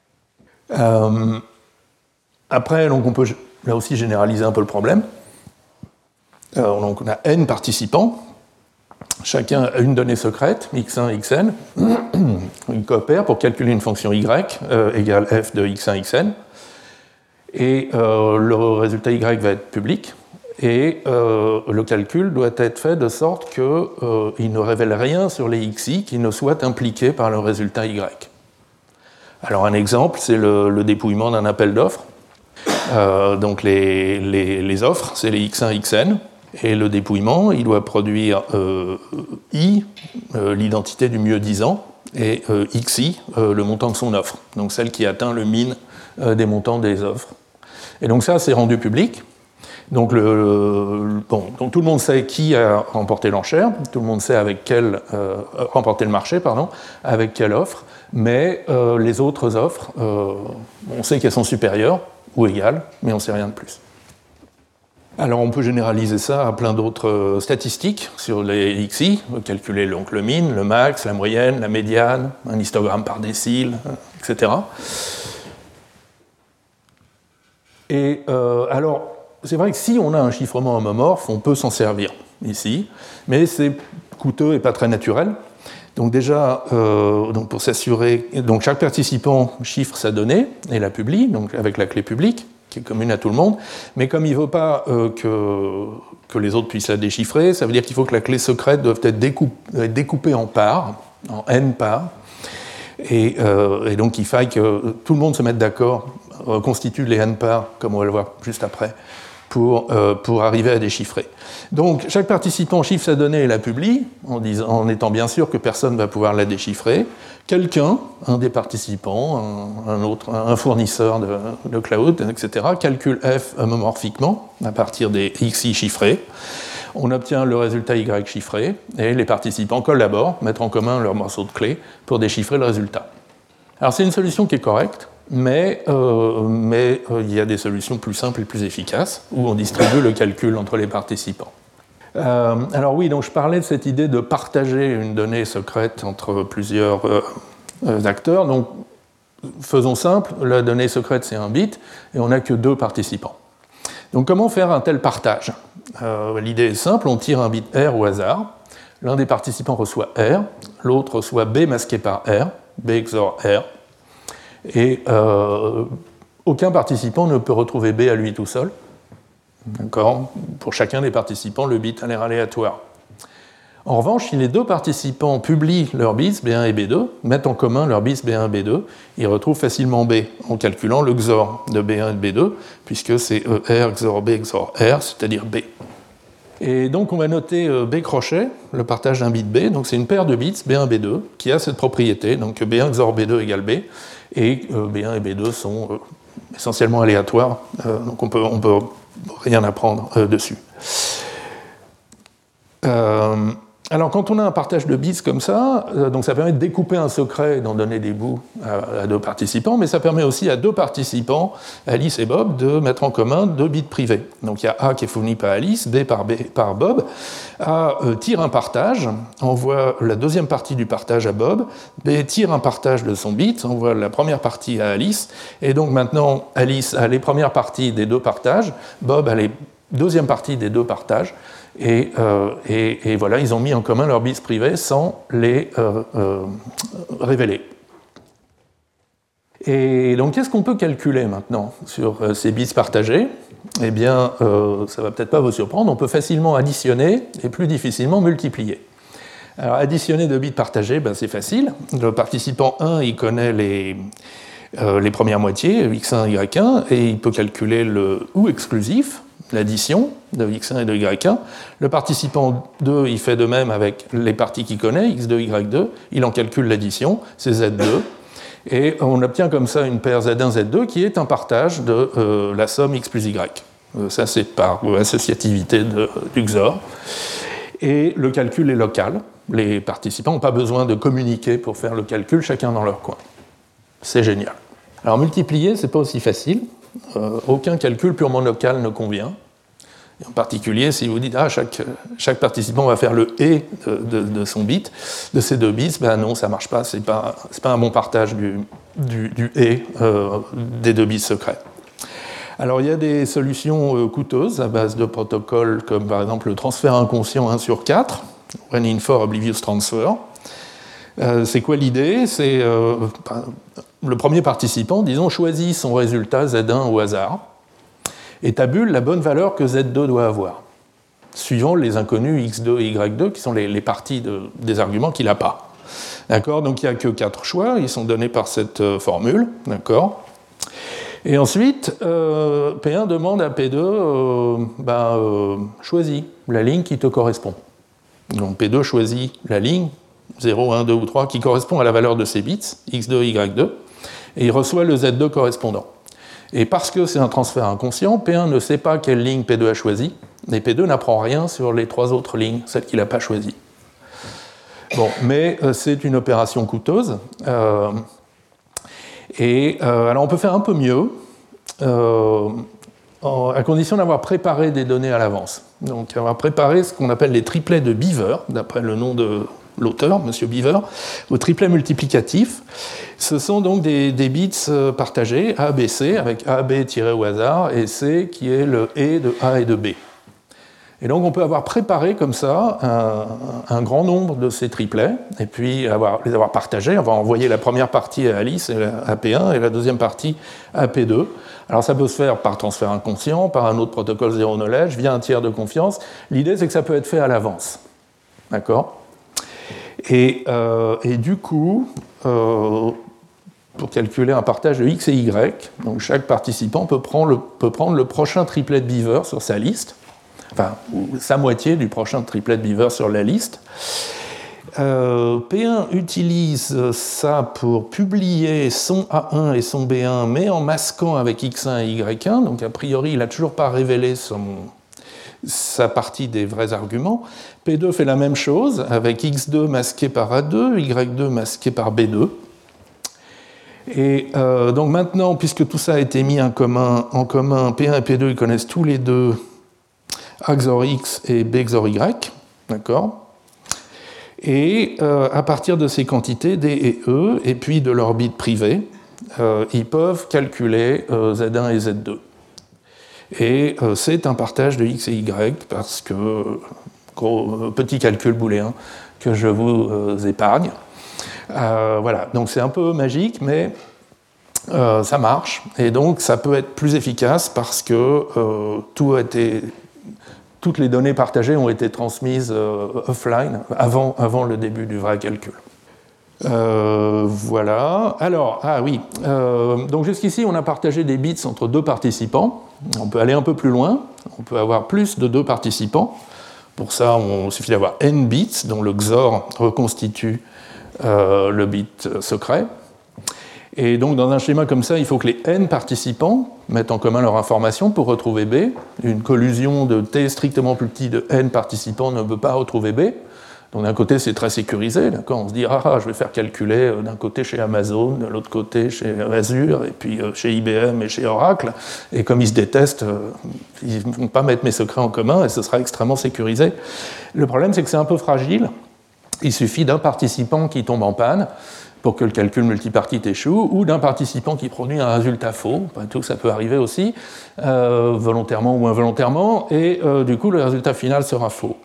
Après, donc on peut là aussi généraliser un peu le problème. Donc on a n participants, chacun a une donnée secrète, x1, xn. Ils coopèrent pour calculer une fonction y égale f de x1, xn. Et le résultat y va être public. Et le calcul doit être fait de sorte qu'il ne révèle rien sur les xi qui ne soit impliqué par le résultat y. Alors un exemple, c'est le dépouillement d'un appel d'offres. Donc les offres, c'est les x1, xn, et le dépouillement, il doit produire i, l'identité du mieux disant, et xi, le montant de son offre, donc celle qui atteint le min des montants des offres. Et donc ça, c'est rendu public. Donc, donc tout le monde sait qui a remporté l'enchère, tout le monde sait remporté le marché, avec quelle offre, mais les autres offres, on sait qu'elles sont supérieures ou égales, mais on ne sait rien de plus. Alors on peut généraliser ça à plein d'autres statistiques sur les xi, calculer donc le min, le max, la moyenne, la médiane, un histogramme par décile, etc. Et alors, c'est vrai que si on a un chiffrement homomorphe, on peut s'en servir ici, mais c'est coûteux et pas très naturel. Donc déjà, donc pour s'assurer, donc chaque participant chiffre sa donnée et la publie, donc avec la clé publique, qui est commune à tout le monde, mais comme il ne veut pas que les autres puissent la déchiffrer, ça veut dire qu'il faut que la clé secrète doit être découpée en parts, en n parts, et donc il faille que tout le monde se mette d'accord, reconstitue les n parts, comme on va le voir juste après, pour arriver à déchiffrer. Donc, chaque participant chiffre sa donnée et la publie, en étant bien sûr que personne ne va pouvoir la déchiffrer. Quelqu'un, un des participants, un fournisseur de cloud, etc., calcule F homomorphiquement à partir des XI chiffrés. On obtient le résultat Y chiffré, et les participants collaborent, mettent en commun leurs morceaux de clé pour déchiffrer le résultat. Alors, c'est une solution qui est correcte, mais il y a des solutions plus simples et plus efficaces, où on distribue le calcul entre les participants. Alors oui, donc je parlais de cette idée de partager une donnée secrète entre plusieurs acteurs. Donc, faisons simple, la donnée secrète c'est un bit, et on n'a que 2 participants. Donc comment faire un tel partage ? L'idée est simple, on tire un bit R au hasard, l'un des participants reçoit R, l'autre reçoit B masqué par R, B XOR R, et aucun participant ne peut retrouver B à lui tout seul. D'accord ? Pour chacun des participants, le bit a l'air aléatoire. En revanche, si les 2 participants publient leurs bits B1 et B2, mettent en commun leurs bits B1 et B2, ils retrouvent facilement B en calculant le XOR de B1 et de B2, puisque c'est R XOR B XOR R, c'est-à-dire B. Et donc on va noter B crochet, le partage d'un bit B, donc c'est une paire de bits B1 B2 qui a cette propriété, donc B1 XOR B2 égale B, et B1 et B2 sont essentiellement aléatoires, donc on peut rien apprendre dessus. Alors, quand on a un partage de bits comme ça, donc ça permet de découper un secret et d'en donner des bouts à 2 participants, mais ça permet aussi à 2 participants, Alice et Bob, de mettre en commun 2 bits privés. Donc il y a A qui est fourni par Alice, B par Bob. A tire un partage, envoie la deuxième partie du partage à Bob. B tire un partage de son bit, envoie la première partie à Alice. Et donc maintenant, Alice a les premières parties des 2 partages, Bob a les deuxièmes parties des 2 partages. Et voilà, ils ont mis en commun leurs bits privés sans les révéler. Et donc, qu'est-ce qu'on peut calculer maintenant sur ces bits partagés ? Eh bien, ça ne va peut-être pas vous surprendre, on peut facilement additionner et plus difficilement multiplier. Alors, additionner 2 bits partagés, ben, c'est facile. Le participant 1, il connaît les premières moitiés, x1, y1, et il peut calculer le ou exclusif, l'addition de x1 et de y1. Le participant 2, il fait de même avec les parties qu'il connaît, x2, y2, il en calcule l'addition, c'est z2, et on obtient comme ça une paire z1, z2 qui est un partage de la somme x plus y. Ça, c'est par associativité du XOR. Et le calcul est local. Les participants n'ont pas besoin de communiquer pour faire le calcul, chacun dans leur coin. C'est génial. Alors, multiplier, c'est pas aussi facile. Aucun calcul purement local ne convient. Et en particulier, si vous dites chaque participant va faire le et de son bit, de ces 2 bits, ben non, ça ne marche pas, c'est pas un bon partage du et des 2 bits secrets. Alors il y a des solutions coûteuses à base de protocoles comme par exemple le transfert inconscient 1 sur 4, When in for oblivious transfer. C'est quoi l'idée ? C'est le premier participant, disons, choisit son résultat Z1 au hasard et tabule la bonne valeur que Z2 doit avoir, suivant les inconnus X2 et Y2, qui sont les parties des arguments qu'il n'a pas. D'accord ? Donc il n'y a que 4 choix, ils sont donnés par cette formule. D'accord ? Et ensuite, P1 demande à P2, choisis la ligne qui te correspond. Donc P2 choisit la ligne 0, 1, 2 ou 3 qui correspond à la valeur de ses bits, X2, Y2, et il reçoit le Z2 correspondant. Et parce que c'est un transfert inconscient, P1 ne sait pas quelle ligne P2 a choisie, et P2 n'apprend rien sur les 3 autres lignes, celles qu'il n'a pas choisies. Bon, mais c'est une opération coûteuse. Alors on peut faire un peu mieux, à condition d'avoir préparé des données à l'avance. Donc avoir préparé ce qu'on appelle les triplets de Beaver, d'après le nom de l'auteur, M. Beaver, au triplet multiplicatif. Ce sont donc des bits partagés, A, B, C, avec A, B tiré au hasard, et C qui est le et de A et de B. Et donc on peut avoir préparé comme ça un grand nombre de ces triplets, et puis les avoir partagés. On va envoyer la première partie à Alice, à P1, et la deuxième partie à P2. Alors ça peut se faire par transfert inconscient, par un autre protocole zero knowledge, via un tiers de confiance. L'idée c'est que ça peut être fait à l'avance. D'accord ? Et du coup, pour calculer un partage de x et y. Donc chaque participant peut prendre le prochain triplet de Beaver sur sa liste, enfin, ou sa moitié du prochain triplet de Beaver sur la liste. P1 utilise ça pour publier son A1 et son B1, mais en masquant avec X1 et Y1. Donc a priori, il n'a toujours pas révélé sa partie des vrais arguments. P2 fait la même chose avec X2 masqué par A2, Y2 masqué par B2. Et donc maintenant, puisque tout ça a été mis en commun, P1 et P2 ils connaissent tous les deux A XOR X et B XOR Y, d'accord ? Et à partir de ces quantités, D et E, et puis de leur bit privé, ils peuvent calculer Z1 et Z2. Et c'est un partage de X et Y, parce que, petit calcul booléen que je vous épargne. Voilà, donc c'est un peu magique, mais ça marche. Et donc ça peut être plus efficace parce que toutes les données partagées ont été transmises offline avant le début du vrai calcul. Voilà. Alors, donc jusqu'ici, on a partagé des bits entre deux participants. On peut aller un peu plus loin. On peut avoir plus de deux participants. Pour ça, il suffit d'avoir n bits, dont le XOR reconstitue le bit secret. Et donc, dans un schéma comme ça, il faut que les n participants mettent en commun leur information pour retrouver B. Une collusion de t strictement plus petit de n participants ne peut pas retrouver B. Donc, d'un côté, c'est très sécurisé. D'accord, on se dit, je vais faire calculer d'un côté chez Amazon, de l'autre côté chez Azure, et puis chez IBM et chez Oracle. Et comme ils se détestent, ils ne vont pas mettre mes secrets en commun et ce sera extrêmement sécurisé. Le problème, c'est que c'est un peu fragile. Il suffit d'un participant qui tombe en panne pour que le calcul multipartite échoue, ou d'un participant qui produit un résultat faux, tout ça peut arriver aussi, volontairement ou involontairement, et du coup le résultat final sera faux.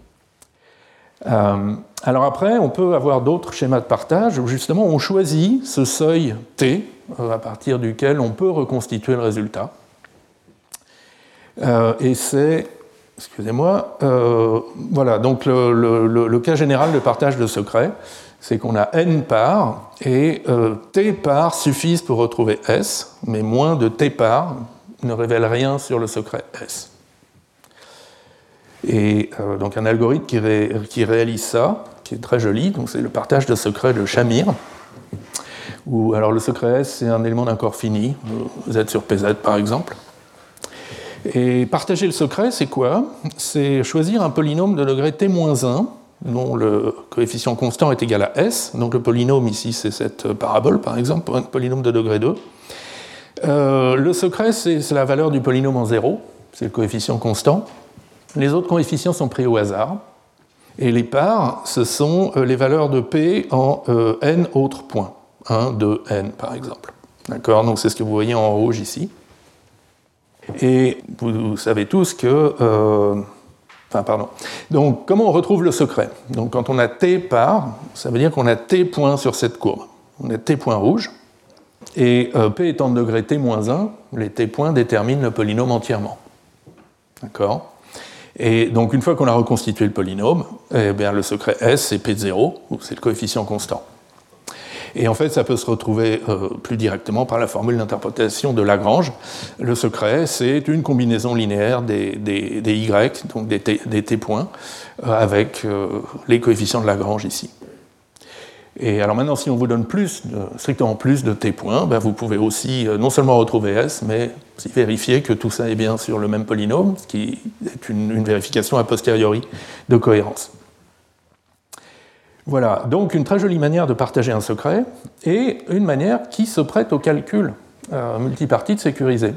Alors après, on peut avoir d'autres schémas de partage où justement on choisit ce seuil T, à partir duquel on peut reconstituer le résultat. Et c'est... Excusez-moi. Voilà, donc le cas général de partage de secret, c'est qu'on a n parts, et t parts suffisent pour retrouver S, mais moins de t parts ne révèle rien sur le secret S. Et donc un algorithme qui réalise ça, qui est très joli, donc c'est le partage de secret de Shamir, où alors le secret S, c'est un élément d'un corps fini, Z sur PZ par exemple. Et partager le secret, c'est quoi ? C'est choisir un polynôme de degré t-1, dont le coefficient constant est égal à S. Donc le polynôme ici, c'est cette parabole, par exemple, pour un polynôme de degré 2. Le secret, c'est la valeur du polynôme en 0, c'est le coefficient constant. Les autres coefficients sont pris au hasard. Et les parts, ce sont les valeurs de P en n autres points. 1, 2, n, par exemple. D'accord ? Donc c'est ce que vous voyez en rouge ici. Et vous savez tous que... Donc, comment on retrouve le secret ? Donc, quand on a t parts, ça veut dire qu'on a t points sur cette courbe. On a t points rouges. Et p étant de degré t-1, les t points déterminent le polynôme entièrement. D'accord ? Et donc, une fois qu'on a reconstitué le polynôme, eh bien, le secret S, c'est p de 0, ou c'est le coefficient constant. Et en fait, ça peut se retrouver plus directement par la formule d'interprétation de Lagrange. Le secret, c'est une combinaison linéaire des Y, donc des T points, avec les coefficients de Lagrange ici. Et alors maintenant, si on vous donne strictement plus de T points, ben vous pouvez aussi non seulement retrouver S, mais aussi vérifier que tout ça est bien sur le même polynôme, ce qui est une vérification a posteriori de cohérence. Voilà, donc une très jolie manière de partager un secret, et une manière qui se prête au calcul multipartite sécurisé.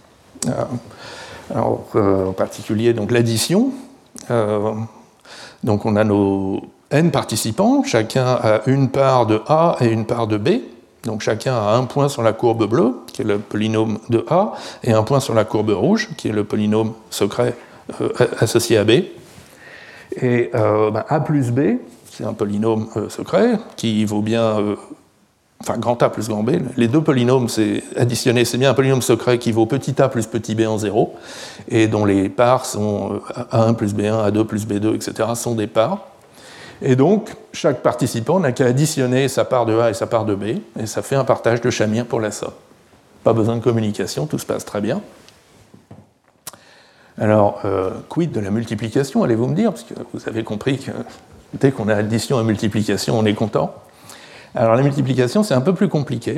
Alors, en particulier, donc l'addition. Donc on a nos n participants, chacun a une part de A et une part de B. Donc chacun a un point sur la courbe bleue, qui est le polynôme de A, et un point sur la courbe rouge, qui est le polynôme secret associé à B. Et A plus B, c'est un polynôme secret qui vaut bien, grand A plus grand B. Les deux polynômes, c'est additionné, c'est bien un polynôme secret qui vaut petit a plus petit b en 0, et dont les parts sont A1 plus B1, A2 plus B2, etc., sont des parts. Et donc, chaque participant n'a qu'à additionner sa part de A et sa part de B, et ça fait un partage de Shamir pour la somme. Pas besoin de communication, tout se passe très bien. Alors, quid de la multiplication, allez-vous me dire, parce que vous avez compris que dès qu'on a addition et multiplication, on est content. Alors, la multiplication, c'est un peu plus compliqué.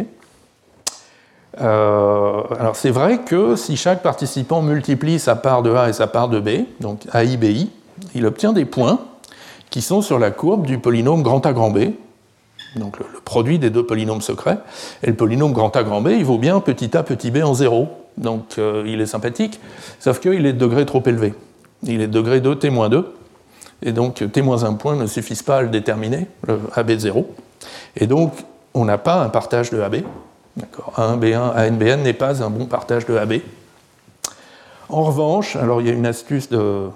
Alors, c'est vrai que si chaque participant multiplie sa part de A et sa part de B, donc AI, BI, il obtient des points qui sont sur la courbe du polynôme grand A grand B, donc le produit des deux polynômes secrets. Et le polynôme grand A grand B, il vaut bien petit a petit b en 0. Donc il est sympathique, sauf qu'il est de degré trop élevé. Il est de degré 2, t-2, et donc t-1 point ne suffisent pas à le déterminer, le AB de 0. Et donc on n'a pas un partage de AB. A1B1, ANBN n'est pas un bon partage de AB. En revanche, alors il y a une astuce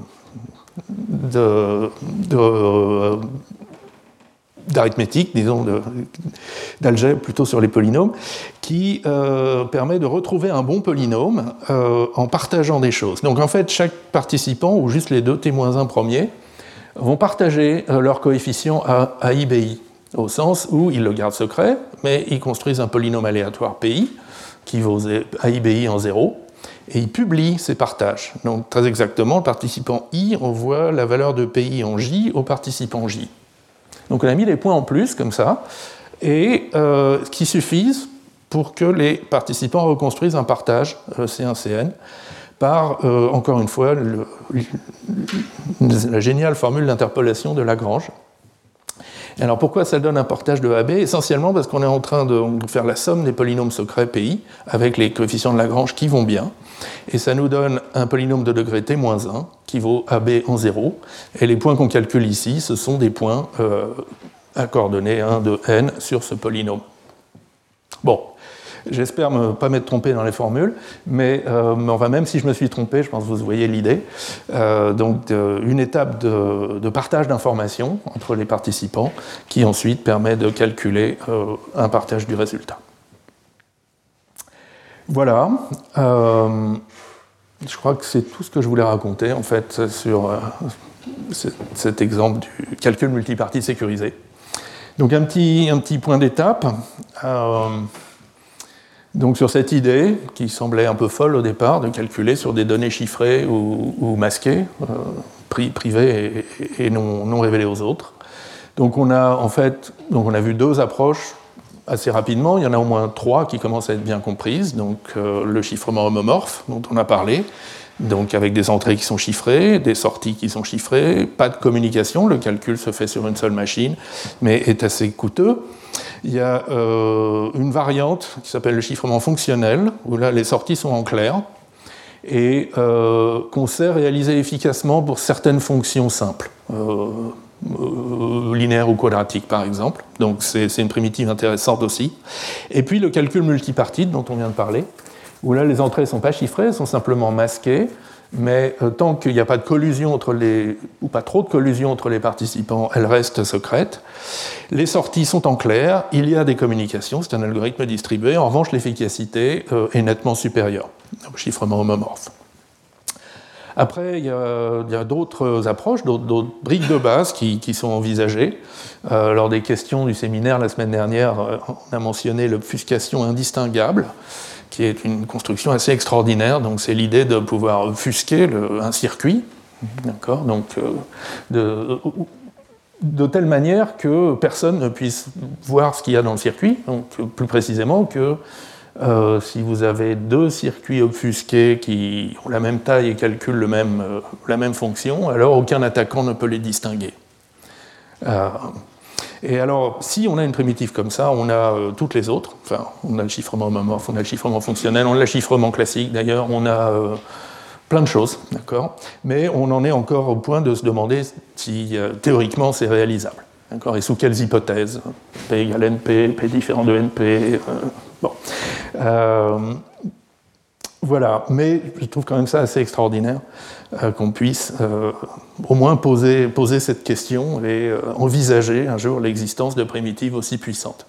d'arithmétique, disons, d'algèbre plutôt sur les polynômes, qui permet de retrouver un bon polynôme en partageant des choses. Donc en fait, chaque participant, ou juste les deux t-1 premiers, vont partager leur coefficient à IBI, au sens où ils le gardent secret, mais ils construisent un polynôme aléatoire PI, qui vaut AIBI en 0, et ils publient ces partages. Donc très exactement, le participant I envoie la valeur de PI en J au participant J. Donc on a mis des points en plus, comme ça, et qui suffisent pour que les participants reconstruisent un partage C1-CN par, encore une fois, la géniale formule d'interpolation de Lagrange. Alors pourquoi ça donne un partage de AB? Essentiellement parce qu'on est en train de faire la somme des polynômes secrets PI avec les coefficients de Lagrange qui vont bien. Et ça nous donne un polynôme de degré t-1 qui vaut AB en 0. Et les points qu'on calcule ici, ce sont des points à coordonnées 1, 2, n sur ce polynôme. Bon, j'espère ne pas m'être trompé dans les formules, mais enfin, même si je me suis trompé, je pense que vous voyez l'idée. Donc une étape de partage d'informations entre les participants qui ensuite permet de calculer un partage du résultat. Voilà. Je crois que c'est tout ce que je voulais raconter en fait sur cet exemple du calcul multipartie sécurisé. Donc un petit point d'étape. Donc sur cette idée, qui semblait un peu folle au départ, de calculer sur des données chiffrées ou masquées, privées et non révélées aux autres. Donc on a vu deux approches assez rapidement. Il y en a au moins trois qui commencent à être bien comprises. Donc le chiffrement homomorphe, dont on a parlé, donc avec des entrées qui sont chiffrées, des sorties qui sont chiffrées, pas de communication, le calcul se fait sur une seule machine, mais est assez coûteux. Il y a une variante qui s'appelle le chiffrement fonctionnel, où là les sorties sont en clair, et qu'on sait réaliser efficacement pour certaines fonctions simples, linéaires ou quadratiques par exemple. Donc c'est une primitive intéressante aussi. Et puis le calcul multipartite dont on vient de parler, où là les entrées ne sont pas chiffrées, elles sont simplement masquées, mais tant qu'il n'y a pas de collusion ou pas trop de collusion entre les participants, elles restent secrètes. Les sorties sont en clair, il y a des communications, c'est un algorithme distribué, en revanche l'efficacité est nettement supérieure au chiffrement homomorphe. Après, il y a d'autres approches, d'autres briques de base qui sont envisagées. Lors des questions du séminaire la semaine dernière, on a mentionné l'obfuscation indistinguable, qui est une construction assez extraordinaire. Donc c'est l'idée de pouvoir obfusquer un circuit, d'accord, donc de telle manière que personne ne puisse voir ce qu'il y a dans le circuit. Donc plus précisément que si vous avez deux circuits obfusqués qui ont la même taille et calculent la même fonction, alors aucun attaquant ne peut les distinguer. Et alors, si on a une primitive comme ça, on a toutes les autres. Enfin, on a le chiffrement homomorphe, on a le chiffrement fonctionnel, on a le chiffrement classique d'ailleurs, on a plein de choses, d'accord. Mais on en est encore au point de se demander si théoriquement c'est réalisable, d'accord, et sous quelles hypothèses. P égale NP, P différent de NP. Bon. Voilà, mais je trouve quand même ça assez extraordinaire qu'on puisse au moins poser cette question et envisager un jour l'existence de primitives aussi puissantes.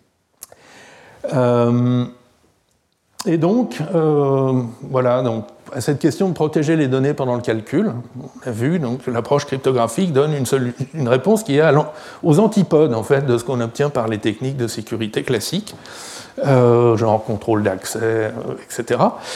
Et donc, voilà, donc à cette question de protéger les données pendant le calcul, on a vu donc, que l'approche cryptographique donne une réponse qui est aux antipodes en fait, de ce qu'on obtient par les techniques de sécurité classiques, genre contrôle d'accès, etc.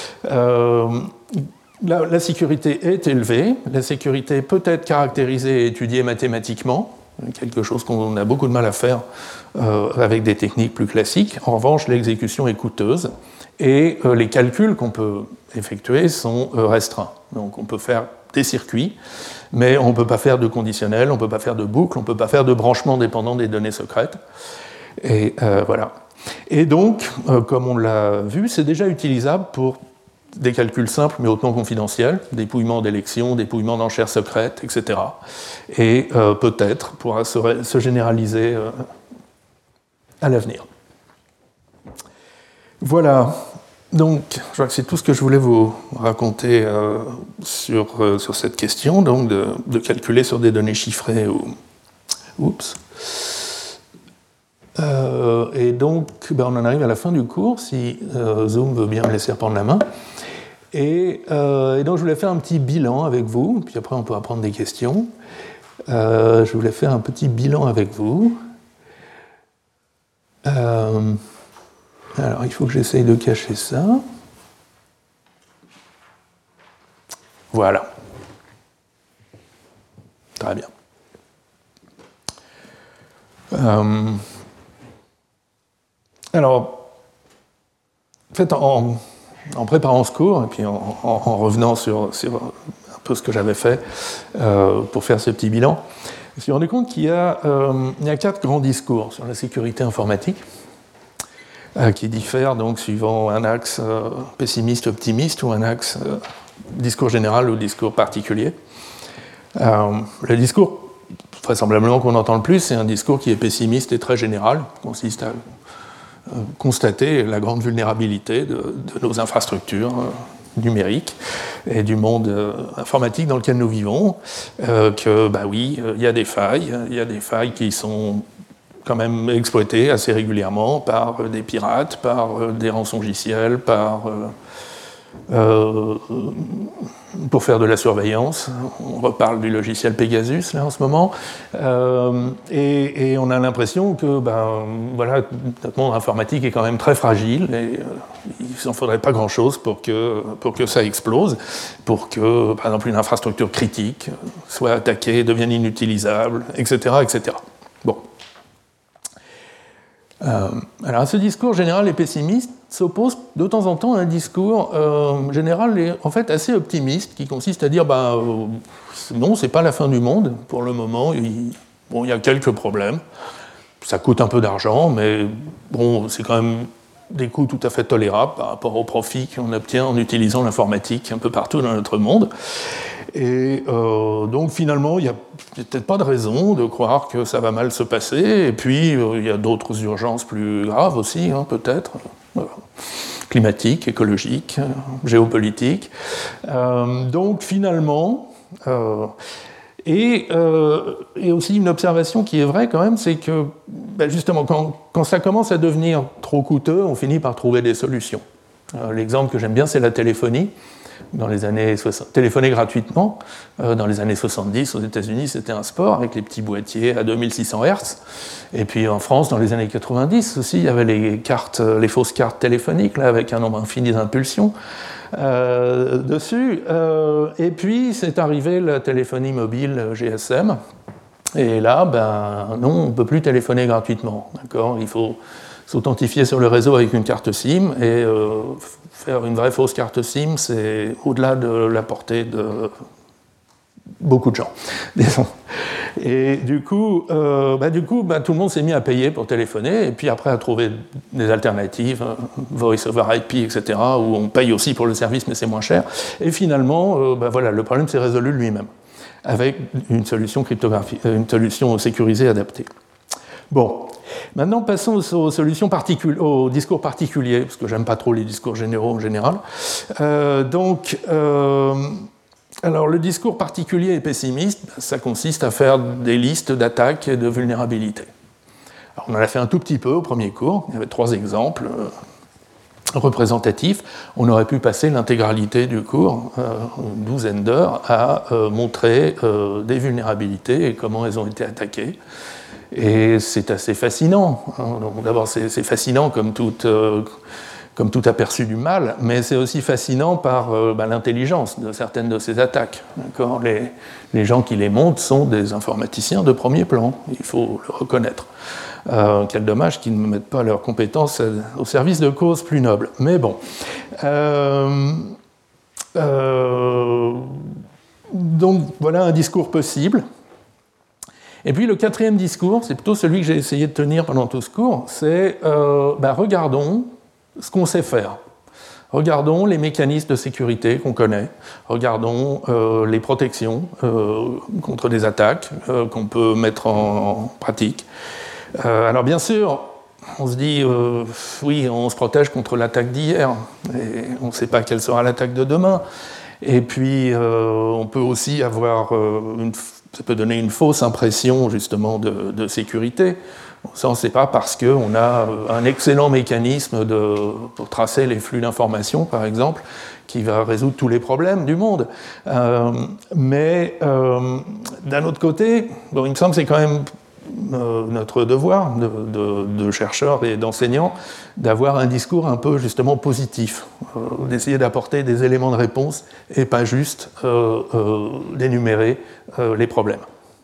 La sécurité est élevée, la sécurité peut être caractérisée et étudiée mathématiquement, quelque chose qu'on a beaucoup de mal à faire avec des techniques plus classiques. En revanche, l'exécution est coûteuse et les calculs qu'on peut effectuer sont restreints. Donc on peut faire des circuits, mais on ne peut pas faire de conditionnel, on ne peut pas faire de boucle, on ne peut pas faire de branchement dépendant des données secrètes. Et voilà. Et donc, comme on l'a vu, c'est déjà utilisable pour des calculs simples mais hautement confidentiels, dépouillement d'élections, dépouillement d'enchères secrètes, etc. Et peut-être pourra se généraliser à l'avenir. Voilà, donc je crois que c'est tout ce que je voulais vous raconter sur cette question, donc de calculer sur des données chiffrées ou... Oups. Et donc, on en arrive à la fin du cours, si Zoom veut bien me laisser reprendre la main. Et donc, je voulais faire un petit bilan avec vous, puis après, on pourra prendre des questions. Je voulais faire un petit bilan avec vous. Alors, il faut que j'essaye de cacher ça. Voilà. Très bien. Alors, en fait, en préparant ce cours, et puis en revenant sur un peu ce que j'avais fait pour faire ce petit bilan, je me suis rendu compte qu'il y a 4 grands discours sur la sécurité informatique qui diffèrent donc suivant un axe pessimiste-optimiste ou un axe discours général ou discours particulier. Le discours, vraisemblablement qu'on entend le plus, c'est un discours qui est pessimiste et très général, qui consiste à constater la grande vulnérabilité de nos infrastructures numériques et du monde informatique dans lequel nous vivons, que, oui, il y a des failles qui sont quand même exploitées assez régulièrement par des pirates, par des rançongiciels, pour faire de la surveillance. On reparle du logiciel Pegasus là, en ce moment. Et on a l'impression que voilà, notre monde informatique est quand même très fragile et il n'en faudrait pas grand-chose pour que ça explose, pour que, par exemple, une infrastructure critique soit attaquée, devienne inutilisable, etc. etc. Bon. Alors, ce discours général et pessimiste s'oppose de temps en temps à un discours général et en fait assez optimiste qui consiste à dire non, c'est pas la fin du monde pour le moment. Il y a quelques problèmes, ça coûte un peu d'argent, mais bon, c'est quand même des coûts tout à fait tolérables par rapport aux profits qu'on obtient en utilisant l'informatique un peu partout dans notre monde. Et donc finalement, il n'y a peut-être pas de raison de croire que ça va mal se passer. Et puis, il y a d'autres urgences plus graves aussi, peut-être, climatiques, écologiques, géopolitiques. Donc finalement, et aussi une observation qui est vraie quand même, c'est que justement, quand ça commence à devenir trop coûteux, on finit par trouver des solutions. L'exemple que j'aime bien, c'est la téléphonie. Dans les années 60, téléphoner gratuitement. Dans les années 70, aux États-Unis, c'était un sport avec les petits boîtiers à 2600 Hz. Et puis en France, dans les années 90 aussi, il y avait les fausses cartes téléphoniques là, avec un nombre infini d'impulsions dessus. Et puis c'est arrivé la téléphonie mobile GSM. Et là, non, on ne peut plus téléphoner gratuitement. D'accord ? Il faut s'authentifier sur le réseau avec une carte SIM et faire une vraie fausse carte SIM, c'est au-delà de la portée de beaucoup de gens. Et du coup, tout le monde s'est mis à payer pour téléphoner et puis après à trouver des alternatives, Voice over IP, etc., où on paye aussi pour le service mais c'est moins cher. Et finalement, le problème s'est résolu lui-même avec une solution cryptographique, une solution sécurisée adaptée. Bon. Maintenant, passons aux discours particuliers, parce que j'aime pas trop les discours généraux en général. Alors, le discours particulier et pessimiste, ça consiste à faire des listes d'attaques et de vulnérabilités. Alors, on en a fait un tout petit peu au premier cours, il y avait 3 exemples. représentatif, on aurait pu passer l'intégralité du cours, une douzaine d'heures, à montrer des vulnérabilités et comment elles ont été attaquées. Et c'est assez fascinant. D'abord, c'est fascinant comme tout aperçu du mal, mais c'est aussi fascinant par l'intelligence de certaines de ces attaques. Les gens qui les montent sont des informaticiens de premier plan, il faut le reconnaître. Quel dommage qu'ils ne mettent pas leurs compétences au service de causes plus nobles. Mais bon. Donc voilà un discours possible. Et puis le quatrième discours, c'est plutôt celui que j'ai essayé de tenir pendant tout ce cours, c'est regardons ce qu'on sait faire. Regardons les mécanismes de sécurité qu'on connaît, regardons les protections contre des attaques qu'on peut mettre en pratique. Alors bien sûr, on se dit, oui, on se protège contre l'attaque d'hier, et on ne sait pas quelle sera l'attaque de demain. Et puis, on peut aussi avoir, ça peut donner une fausse impression justement de sécurité. Ça, on ne sait pas parce qu'on a un excellent mécanisme pour tracer les flux d'informations, par exemple, qui va résoudre tous les problèmes du monde. Mais d'un autre côté, il me semble que c'est quand même notre devoir de chercheurs et d'enseignants d'avoir un discours un peu justement positif, d'essayer d'apporter des éléments de réponse et pas juste d'énumérer les problèmes.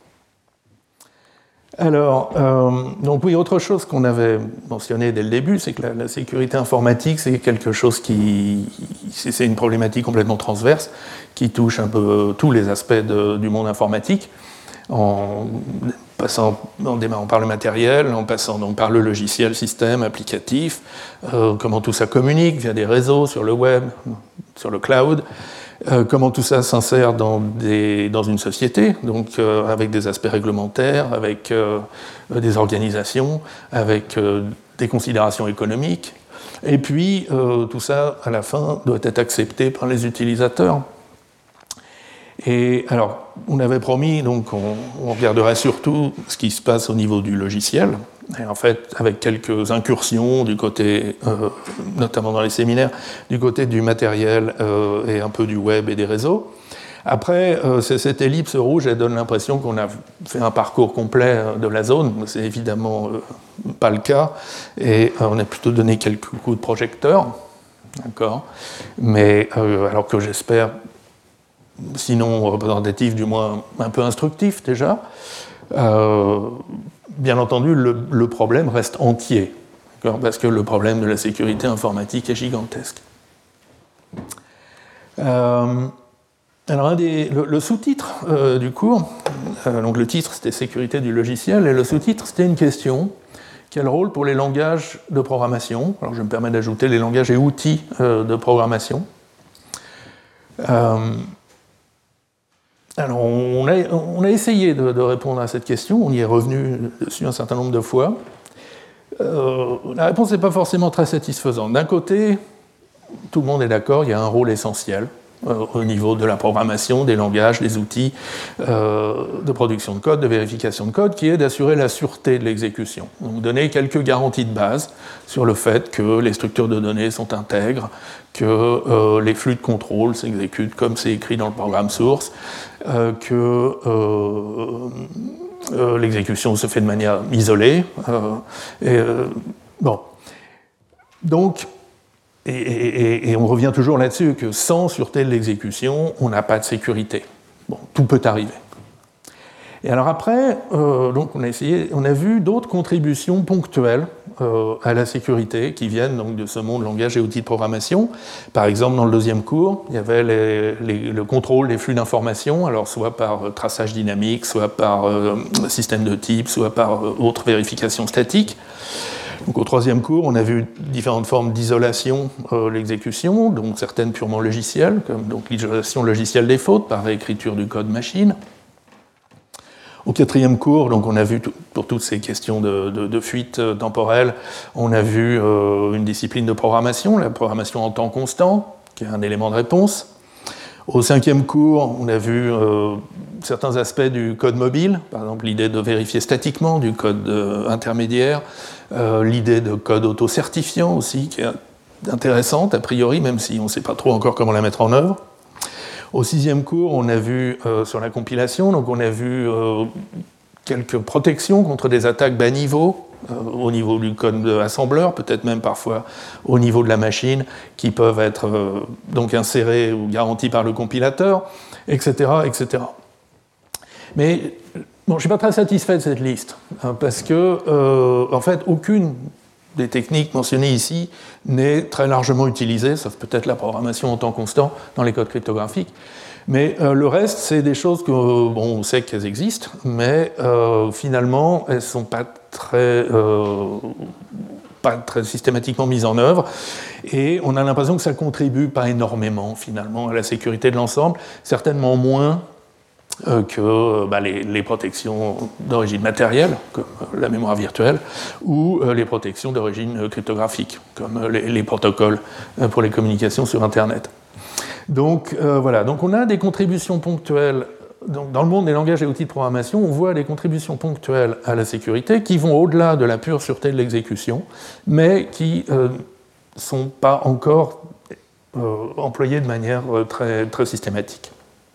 Alors, donc oui, autre chose qu'on avait mentionné dès le début, c'est que la sécurité informatique, c'est quelque chose c'est une problématique complètement transverse qui touche un peu tous les aspects du monde informatique, en démarrant par le matériel, en passant donc par le logiciel, système, applicatif, comment tout ça communique via des réseaux sur le web, sur le cloud, comment tout ça s'insère dans une société, donc avec des aspects réglementaires, avec des organisations, avec des considérations économiques. Et puis, tout ça, à la fin, doit être accepté par les utilisateurs. Et alors, on avait promis, donc on regarderait surtout ce qui se passe au niveau du logiciel, et en fait, avec quelques incursions du côté, notamment dans les séminaires, du côté du matériel et un peu du web et des réseaux. Après, c'est cette ellipse rouge, elle donne l'impression qu'on a fait un parcours complet de la zone. C'est évidemment pas le cas, et on a plutôt donné quelques coups de projecteur, d'accord. Mais alors que j'espère, sinon représentatif, du moins un peu instructif déjà. Bien entendu, le problème reste entier, parce que le problème de la sécurité informatique est gigantesque. Alors, le sous-titre du cours, donc le titre c'était sécurité du logiciel, et le sous-titre c'était une question: quel rôle pour les langages de programmation? Alors je me permets d'ajouter les langages et outils de programmation. Alors, on a essayé de répondre à cette question, on y est revenu dessus un certain nombre de fois. La réponse n'est pas forcément très satisfaisante. D'un côté, tout le monde est d'accord, il y a un rôle essentiel au niveau de la programmation, des langages, des outils de production de code, de vérification de code, qui est d'assurer la sûreté de l'exécution. Donc donner quelques garanties de base sur le fait que les structures de données sont intègres, que les flux de contrôle s'exécutent comme c'est écrit dans le programme source, que l'exécution se fait de manière isolée. Bon. Donc, et on revient toujours là-dessus, que sans sûreté de l'exécution, on n'a pas de sécurité. Bon, tout peut arriver. Et alors après, donc on a vu d'autres contributions ponctuelles à la sécurité qui viennent donc de ce monde langage et outils de programmation. Par exemple, dans le deuxième cours, il y avait le contrôle des flux d'informations, alors soit par traçage dynamique, soit par système de type, soit par autre vérification statique. Donc, au troisième cours, on a vu différentes formes d'isolation de l'exécution, donc certaines purement logicielles, comme donc l'isolation logicielle des fautes par réécriture du code machine. Au quatrième cours, donc on a vu, pour toutes ces questions de fuite temporelle, on a vu une discipline de programmation, la programmation en temps constant, qui est un élément de réponse. Au cinquième cours, on a vu certains aspects du code mobile, par exemple l'idée de vérifier statiquement du code intermédiaire, l'idée de code auto-certifiant aussi, qui est intéressante, a priori, même si on ne sait pas trop encore comment la mettre en œuvre. Au 6e cours, on a vu sur la compilation, donc on a vu quelques protections contre des attaques bas niveau, au niveau du code assembleur, peut-être même parfois au niveau de la machine, qui peuvent être donc insérées ou garanties par le compilateur, etc. etc. Mais bon, je ne suis pas très satisfait de cette liste, parce que, en fait, aucune des techniques mentionnées ici n'est très largement utilisée, sauf peut-être la programmation en temps constant dans les codes cryptographiques. Mais le reste, c'est des choses que, bon, on sait qu'elles existent, mais finalement, elles ne sont pas très systématiquement mises en œuvre, et on a l'impression que ça ne contribue pas énormément, finalement, à la sécurité de l'ensemble, certainement moins que les protections d'origine matérielle, comme la mémoire virtuelle, ou les protections d'origine cryptographique, comme les protocoles pour les communications sur Internet. Donc voilà, donc on a des contributions ponctuelles. Donc, dans le monde des langages et outils de programmation, on voit des contributions ponctuelles à la sécurité qui vont au-delà de la pure sûreté de l'exécution, mais qui ne sont pas encore employées de manière très, très systématique.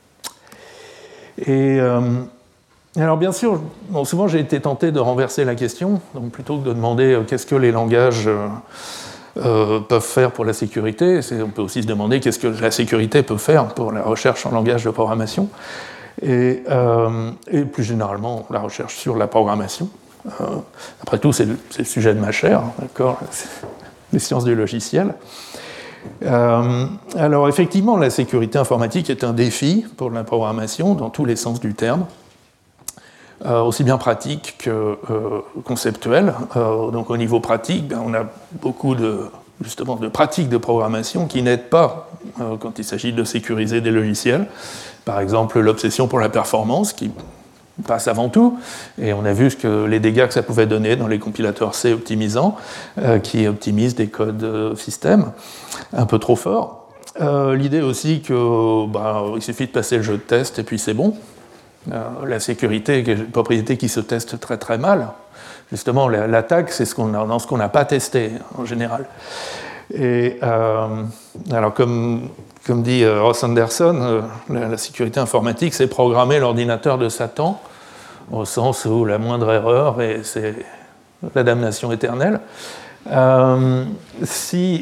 Et alors bien sûr, bon, souvent j'ai été tenté de renverser la question, donc plutôt que de demander qu'est-ce que les langages peuvent faire pour la sécurité, on peut aussi se demander qu'est-ce que la sécurité peut faire pour la recherche en langage de programmation, et plus généralement la recherche sur la programmation. Après tout, c'est le sujet de ma chaire, d'accord, les sciences du logiciel. Alors effectivement, la sécurité informatique est un défi pour la programmation dans tous les sens du terme, aussi bien pratique que conceptuel. Donc au niveau pratique, on a beaucoup de pratiques de programmation qui n'aident pas quand il s'agit de sécuriser des logiciels. Par exemple, l'obsession pour la performance qui passe avant tout, et on a vu les dégâts que ça pouvait donner dans les compilateurs C optimisants, qui optimisent des codes système un peu trop forts. L'idée aussi qu'il suffit de passer le jeu de test et puis c'est bon. La sécurité est une propriété qui se teste très très mal. Justement, l'attaque, c'est dans ce qu'on n'a pas testé en général. Et alors comme dit Ross Anderson, la sécurité informatique, c'est programmer l'ordinateur de Satan, au sens où la moindre erreur, c'est la damnation éternelle. S'il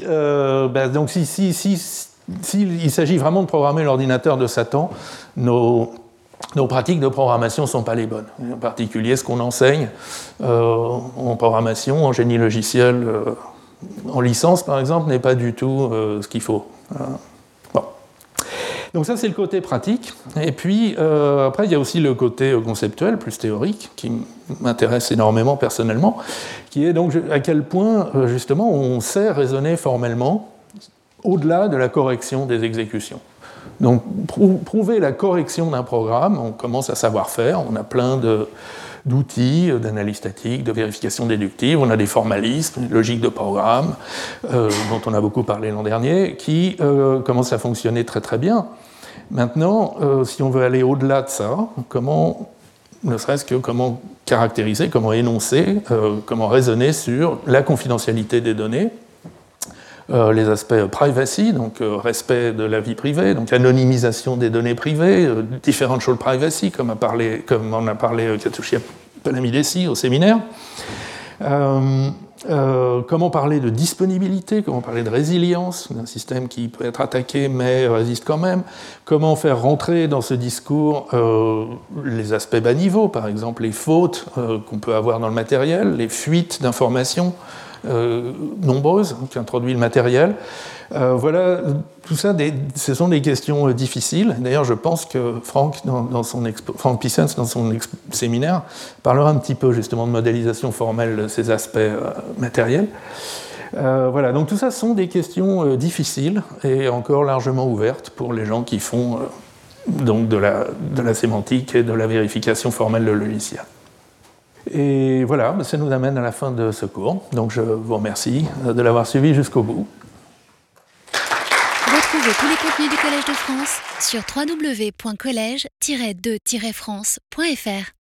s'agit vraiment de programmer l'ordinateur de Satan, nos pratiques de programmation ne sont pas les bonnes. En particulier, ce qu'on enseigne en programmation, en génie logiciel, en licence par exemple, n'est pas du tout ce qu'il faut. Bon. Donc ça, c'est le côté pratique. Et puis, après, il y a aussi le côté conceptuel, plus théorique, qui m'intéresse énormément personnellement, qui est donc à quel point, justement, on sait raisonner formellement au-delà de la correction des exécutions. Donc, prouver la correction d'un programme, on commence à savoir faire, on a plein d'outils d'analyse statique, de vérification déductive, on a des formalismes, une logique de programme, dont on a beaucoup parlé l'an dernier, qui commencent à fonctionner très très bien. Maintenant, si on veut aller au-delà de ça, ne serait-ce que comment caractériser, comment énoncer, comment raisonner sur la confidentialité des données, les aspects privacy, donc respect de la vie privée, donc anonymisation des données privées, differential privacy, comme en a parlé Katsushi Palamidesi au séminaire. Comment parler de disponibilité, comment parler de résilience d'un système qui peut être attaqué mais résiste quand même. Comment faire rentrer dans ce discours les aspects bas niveau, par exemple les fautes qu'on peut avoir dans le matériel, les fuites d'informations nombreuses qu'introduit le matériel. Voilà, tout ça, ce sont des questions difficiles. D'ailleurs, je pense que Frank Pissens, dans son séminaire, parlera un petit peu justement de modélisation formelle de ces aspects matériels. Voilà, donc tout ça sont des questions difficiles et encore largement ouvertes pour les gens qui font donc de la sémantique et de la vérification formelle de logiciel. Et voilà, ça nous amène à la fin de ce cours. Donc je vous remercie de l'avoir suivi jusqu'au bout. Retrouvez tous les contenus du Collège de France sur www.collège-2-france.fr.